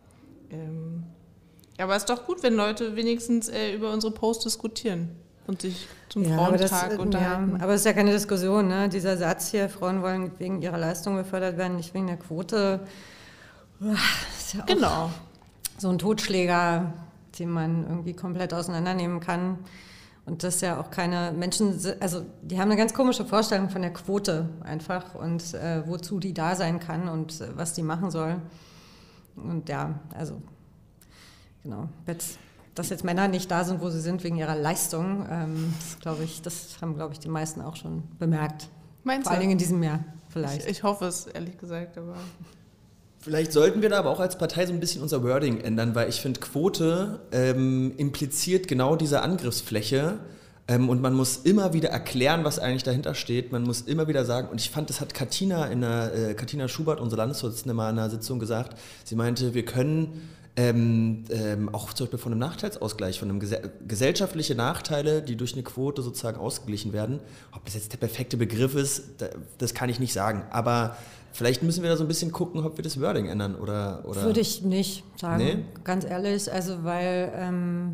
Aber es ist doch gut, wenn Leute wenigstens über unsere Posts diskutieren und sich zum Frauentag unterhalten. Ja, aber es ist ja keine Diskussion, ne? Dieser Satz hier, Frauen wollen wegen ihrer Leistung befördert werden, nicht wegen der Quote. Ist ja auch so ein Totschläger, den man irgendwie komplett auseinandernehmen kann. Und das ja auch keine Menschen, also die haben eine ganz komische Vorstellung von der Quote einfach und wozu die da sein kann und was die machen soll. Und ja, also genau, dass jetzt Männer nicht da sind, wo sie sind, wegen ihrer Leistung, das haben, glaube ich, die meisten auch schon bemerkt. Meinst du? Vor allen Dingen in diesem Jahr vielleicht. Ich hoffe es, ehrlich gesagt, aber... Vielleicht sollten wir da aber auch als Partei so ein bisschen unser Wording ändern, weil ich finde, Quote impliziert genau diese Angriffsfläche und man muss immer wieder erklären, was eigentlich dahinter steht. Man muss immer wieder sagen, und ich fand, das hat Katina Schubert, unsere Landesvorsitzende, mal in einer Sitzung gesagt. Sie meinte, wir können auch zum Beispiel von einem Nachteilsausgleich, von einem gesellschaftliche Nachteile, die durch eine Quote sozusagen ausgeglichen werden. Ob das jetzt der perfekte Begriff ist, das kann ich nicht sagen. Aber vielleicht müssen wir da so ein bisschen gucken, ob wir das Wording ändern oder. Würde ich nicht sagen, nee? Ganz ehrlich. Also weil,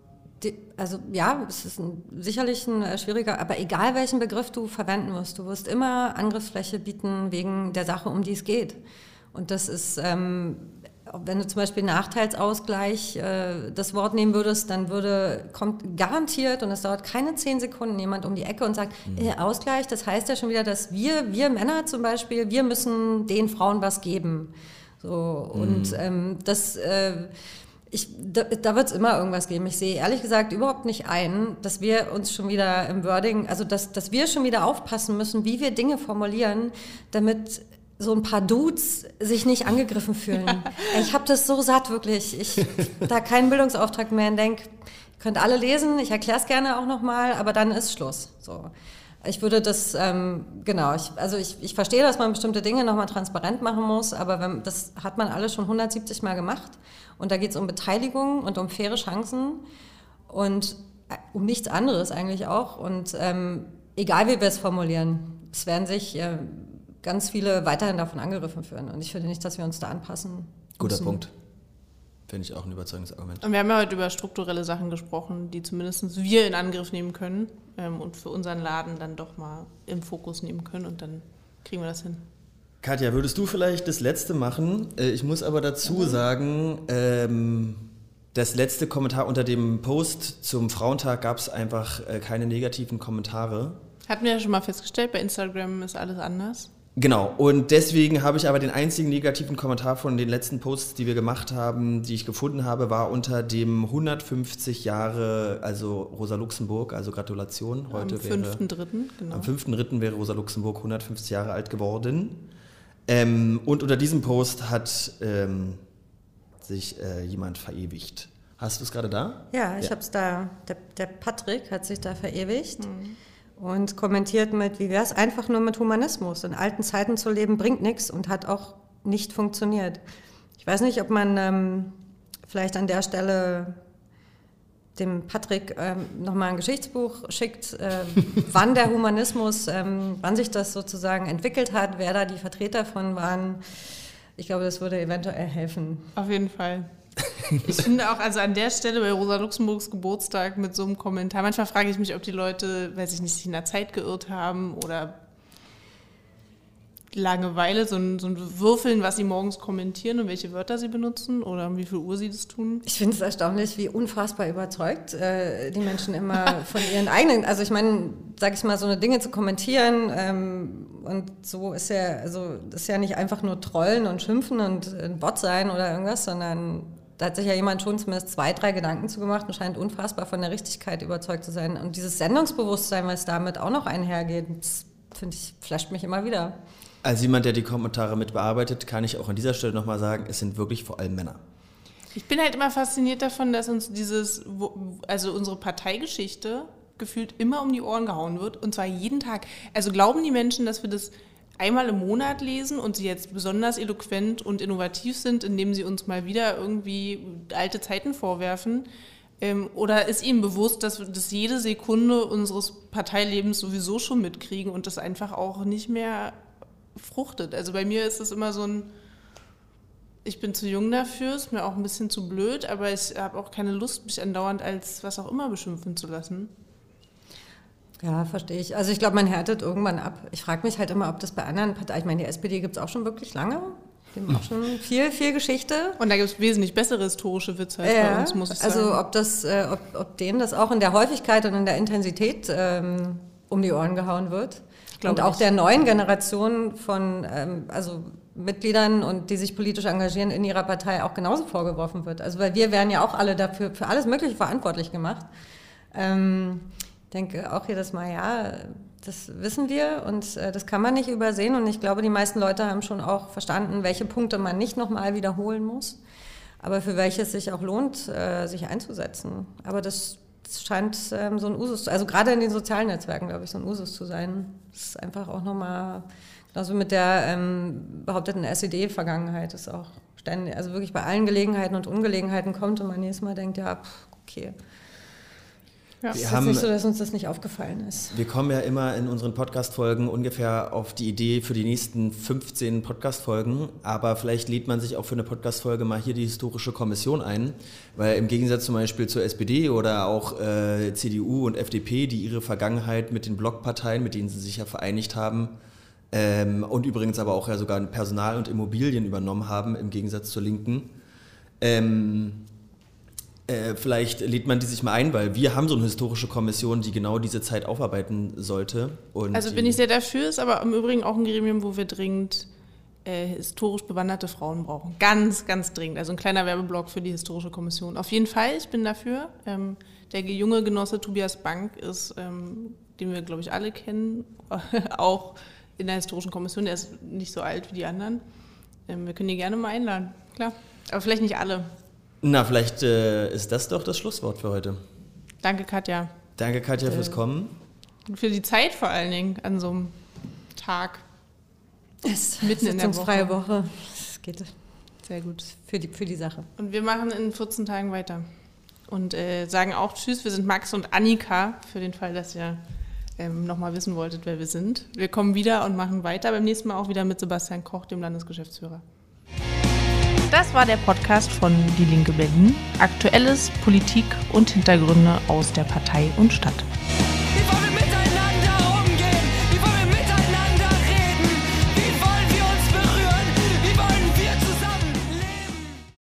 es ist sicherlich ein schwieriger, aber egal welchen Begriff du verwenden musst, du wirst immer Angriffsfläche bieten wegen der Sache, um die es geht. Und das ist, wenn du zum Beispiel Nachteilsausgleich das Wort nehmen würdest, dann kommt garantiert, und es dauert keine 10 Sekunden, jemand um die Ecke und sagt, Ausgleich, das heißt ja schon wieder, dass wir Männer zum Beispiel, wir müssen den Frauen was geben. So, und das Da wird es immer irgendwas geben. Ich sehe ehrlich gesagt überhaupt nicht ein, dass wir uns schon wieder im Wording, also dass wir schon wieder aufpassen müssen, wie wir Dinge formulieren, damit so ein paar Dudes sich nicht angegriffen fühlen. Ich habe das so satt, wirklich. Da keinen Bildungsauftrag mehr und denke, ihr könnt alle lesen, ich erkläre es gerne auch nochmal, aber dann ist Schluss. So. Ich würde das, ich verstehe, dass man bestimmte Dinge nochmal transparent machen muss, aber das hat man alles schon 170 Mal gemacht. Und da geht es um Beteiligung und um faire Chancen und um nichts anderes eigentlich auch. Und egal wie wir es formulieren, es werden sich ganz viele weiterhin davon angegriffen fühlen. Und ich finde nicht, dass wir uns da anpassen Guter müssen. Punkt. Finde ich auch ein überzeugendes Argument. Und wir haben ja heute über strukturelle Sachen gesprochen, die zumindest wir in Angriff nehmen können und für unseren Laden dann doch mal im Fokus nehmen können und dann kriegen wir das hin. Katja, würdest du vielleicht das Letzte machen? Ich muss aber dazu sagen, das letzte Kommentar unter dem Post zum Frauentag gab es einfach keine negativen Kommentare. Hatten wir ja schon mal festgestellt, bei Instagram ist alles anders. Genau, und deswegen habe ich aber den einzigen negativen Kommentar von den letzten Posts, die wir gemacht haben, die ich gefunden habe, war unter dem 150 Jahre, also Rosa Luxemburg, also Gratulation. Heute am 5.3., genau. Am 5.3. wäre Rosa Luxemburg 150 Jahre alt geworden. Und unter diesem Post hat sich jemand verewigt. Hast du es gerade da? Ja, ich habe es da. Der Patrick hat sich da verewigt und kommentiert mit, wie wäre es einfach nur mit Humanismus. In alten Zeiten zu leben bringt nichts und hat auch nicht funktioniert. Ich weiß nicht, ob man vielleicht an der Stelle dem Patrick nochmal ein Geschichtsbuch schickt, wann der Humanismus, wann sich das sozusagen entwickelt hat, wer da die Vertreter von waren. Ich glaube, das würde eventuell helfen. Auf jeden Fall. Ich finde auch, also an der Stelle bei Rosa Luxemburgs Geburtstag mit so einem Kommentar, manchmal frage ich mich, ob die Leute, weiß ich nicht, sich in der Zeit geirrt haben oder Langeweile, so ein Würfeln, was sie morgens kommentieren und welche Wörter sie benutzen oder um wie viel Uhr sie das tun. Ich finde es erstaunlich, wie unfassbar überzeugt die Menschen immer von ihren eigenen, also ich meine, sag ich mal, so eine Dinge zu kommentieren und so ist ja, also das ist ja nicht einfach nur trollen und schimpfen und ein Bot sein oder irgendwas, sondern da hat sich ja jemand schon zumindest 2, 3 Gedanken zu gemacht und scheint unfassbar von der Richtigkeit überzeugt zu sein. Und dieses Sendungsbewusstsein, was damit auch noch einhergeht, das finde ich, flasht mich immer wieder. Als jemand, der die Kommentare mit bearbeitet, kann ich auch an dieser Stelle nochmal sagen, es sind wirklich vor allem Männer. Ich bin halt immer fasziniert davon, dass uns also unsere Parteigeschichte gefühlt immer um die Ohren gehauen wird und zwar jeden Tag. Also glauben die Menschen, dass wir das einmal im Monat lesen und sie jetzt besonders eloquent und innovativ sind, indem sie uns mal wieder irgendwie alte Zeiten vorwerfen? Oder ist ihnen bewusst, dass wir das jede Sekunde unseres Parteilebens sowieso schon mitkriegen und das einfach auch nicht mehr fruchtet? Also bei mir ist es immer so ein, ich bin zu jung dafür, ist mir auch ein bisschen zu blöd, aber ich habe auch keine Lust, mich andauernd als was auch immer beschimpfen zu lassen. Ja, verstehe ich. Also ich glaube, man härtet irgendwann ab. Ich frage mich halt immer, ob das bei anderen Parteien, ich meine, die SPD gibt es auch schon wirklich lange, die haben auch schon viel Geschichte. Und da gibt es wesentlich bessere historische Witze als bei uns, muss ich sagen. Also ob denen das auch in der Häufigkeit und in der Intensität um die Ohren gehauen wird. Und auch der neuen Generation von Mitgliedern und die sich politisch engagieren in ihrer Partei auch genauso vorgeworfen wird. Also weil wir werden ja auch alle dafür für alles Mögliche verantwortlich gemacht. Ich denke auch jedes Mal, ja, das wissen wir und das kann man nicht übersehen. Und ich glaube, die meisten Leute haben schon auch verstanden, welche Punkte man nicht nochmal wiederholen muss, aber für welche es sich auch lohnt, sich einzusetzen. Aber das scheint so ein Usus, also gerade in den sozialen Netzwerken, glaube ich, so ein Usus zu sein. Das ist einfach auch nochmal, genauso mit der behaupteten SED-Vergangenheit, ist auch ständig, also wirklich bei allen Gelegenheiten und Ungelegenheiten kommt und man jedes Mal denkt, ja, okay. Ja, es ist nicht so, dass uns das nicht aufgefallen ist. Wir kommen ja immer in unseren Podcast-Folgen ungefähr auf die Idee für die nächsten 15 Podcast-Folgen, aber vielleicht lädt man sich auch für eine Podcast-Folge mal hier die Historische Kommission ein, weil im Gegensatz zum Beispiel zur SPD oder auch CDU und FDP, die ihre Vergangenheit mit den Blockparteien, mit denen sie sich ja vereinigt haben, und übrigens aber auch ja sogar Personal und Immobilien übernommen haben, im Gegensatz zur Linken, vielleicht lädt man die sich mal ein, weil wir haben so eine historische Kommission, die genau diese Zeit aufarbeiten sollte. Und also bin ich sehr dafür, ist aber im Übrigen auch ein Gremium, wo wir dringend historisch bewanderte Frauen brauchen. Ganz, ganz dringend. Also ein kleiner Werbeblock für die Historische Kommission. Auf jeden Fall, ich bin dafür. Der junge Genosse Tobias Bank ist, den wir, glaube ich, alle kennen, auch in der Historischen Kommission. Der ist nicht so alt wie die anderen. Wir können die gerne mal einladen, klar. Aber vielleicht nicht alle. Na, vielleicht ist das doch das Schlusswort für heute. Danke, Katja. Danke, Katja, fürs Kommen. Für die Zeit vor allen Dingen an so einem Tag. Mitten in der freie Woche. Das geht sehr gut für die Sache. Und wir machen in 14 Tagen weiter. Und sagen auch Tschüss. Wir sind Max und Annika, für den Fall, dass ihr nochmal wissen wolltet, wer wir sind. Wir kommen wieder und machen weiter. Beim nächsten Mal auch wieder mit Sebastian Koch, dem Landesgeschäftsführer. Das war der Podcast von Die Linke Berlin. Aktuelles, Politik und Hintergründe aus der Partei und Stadt.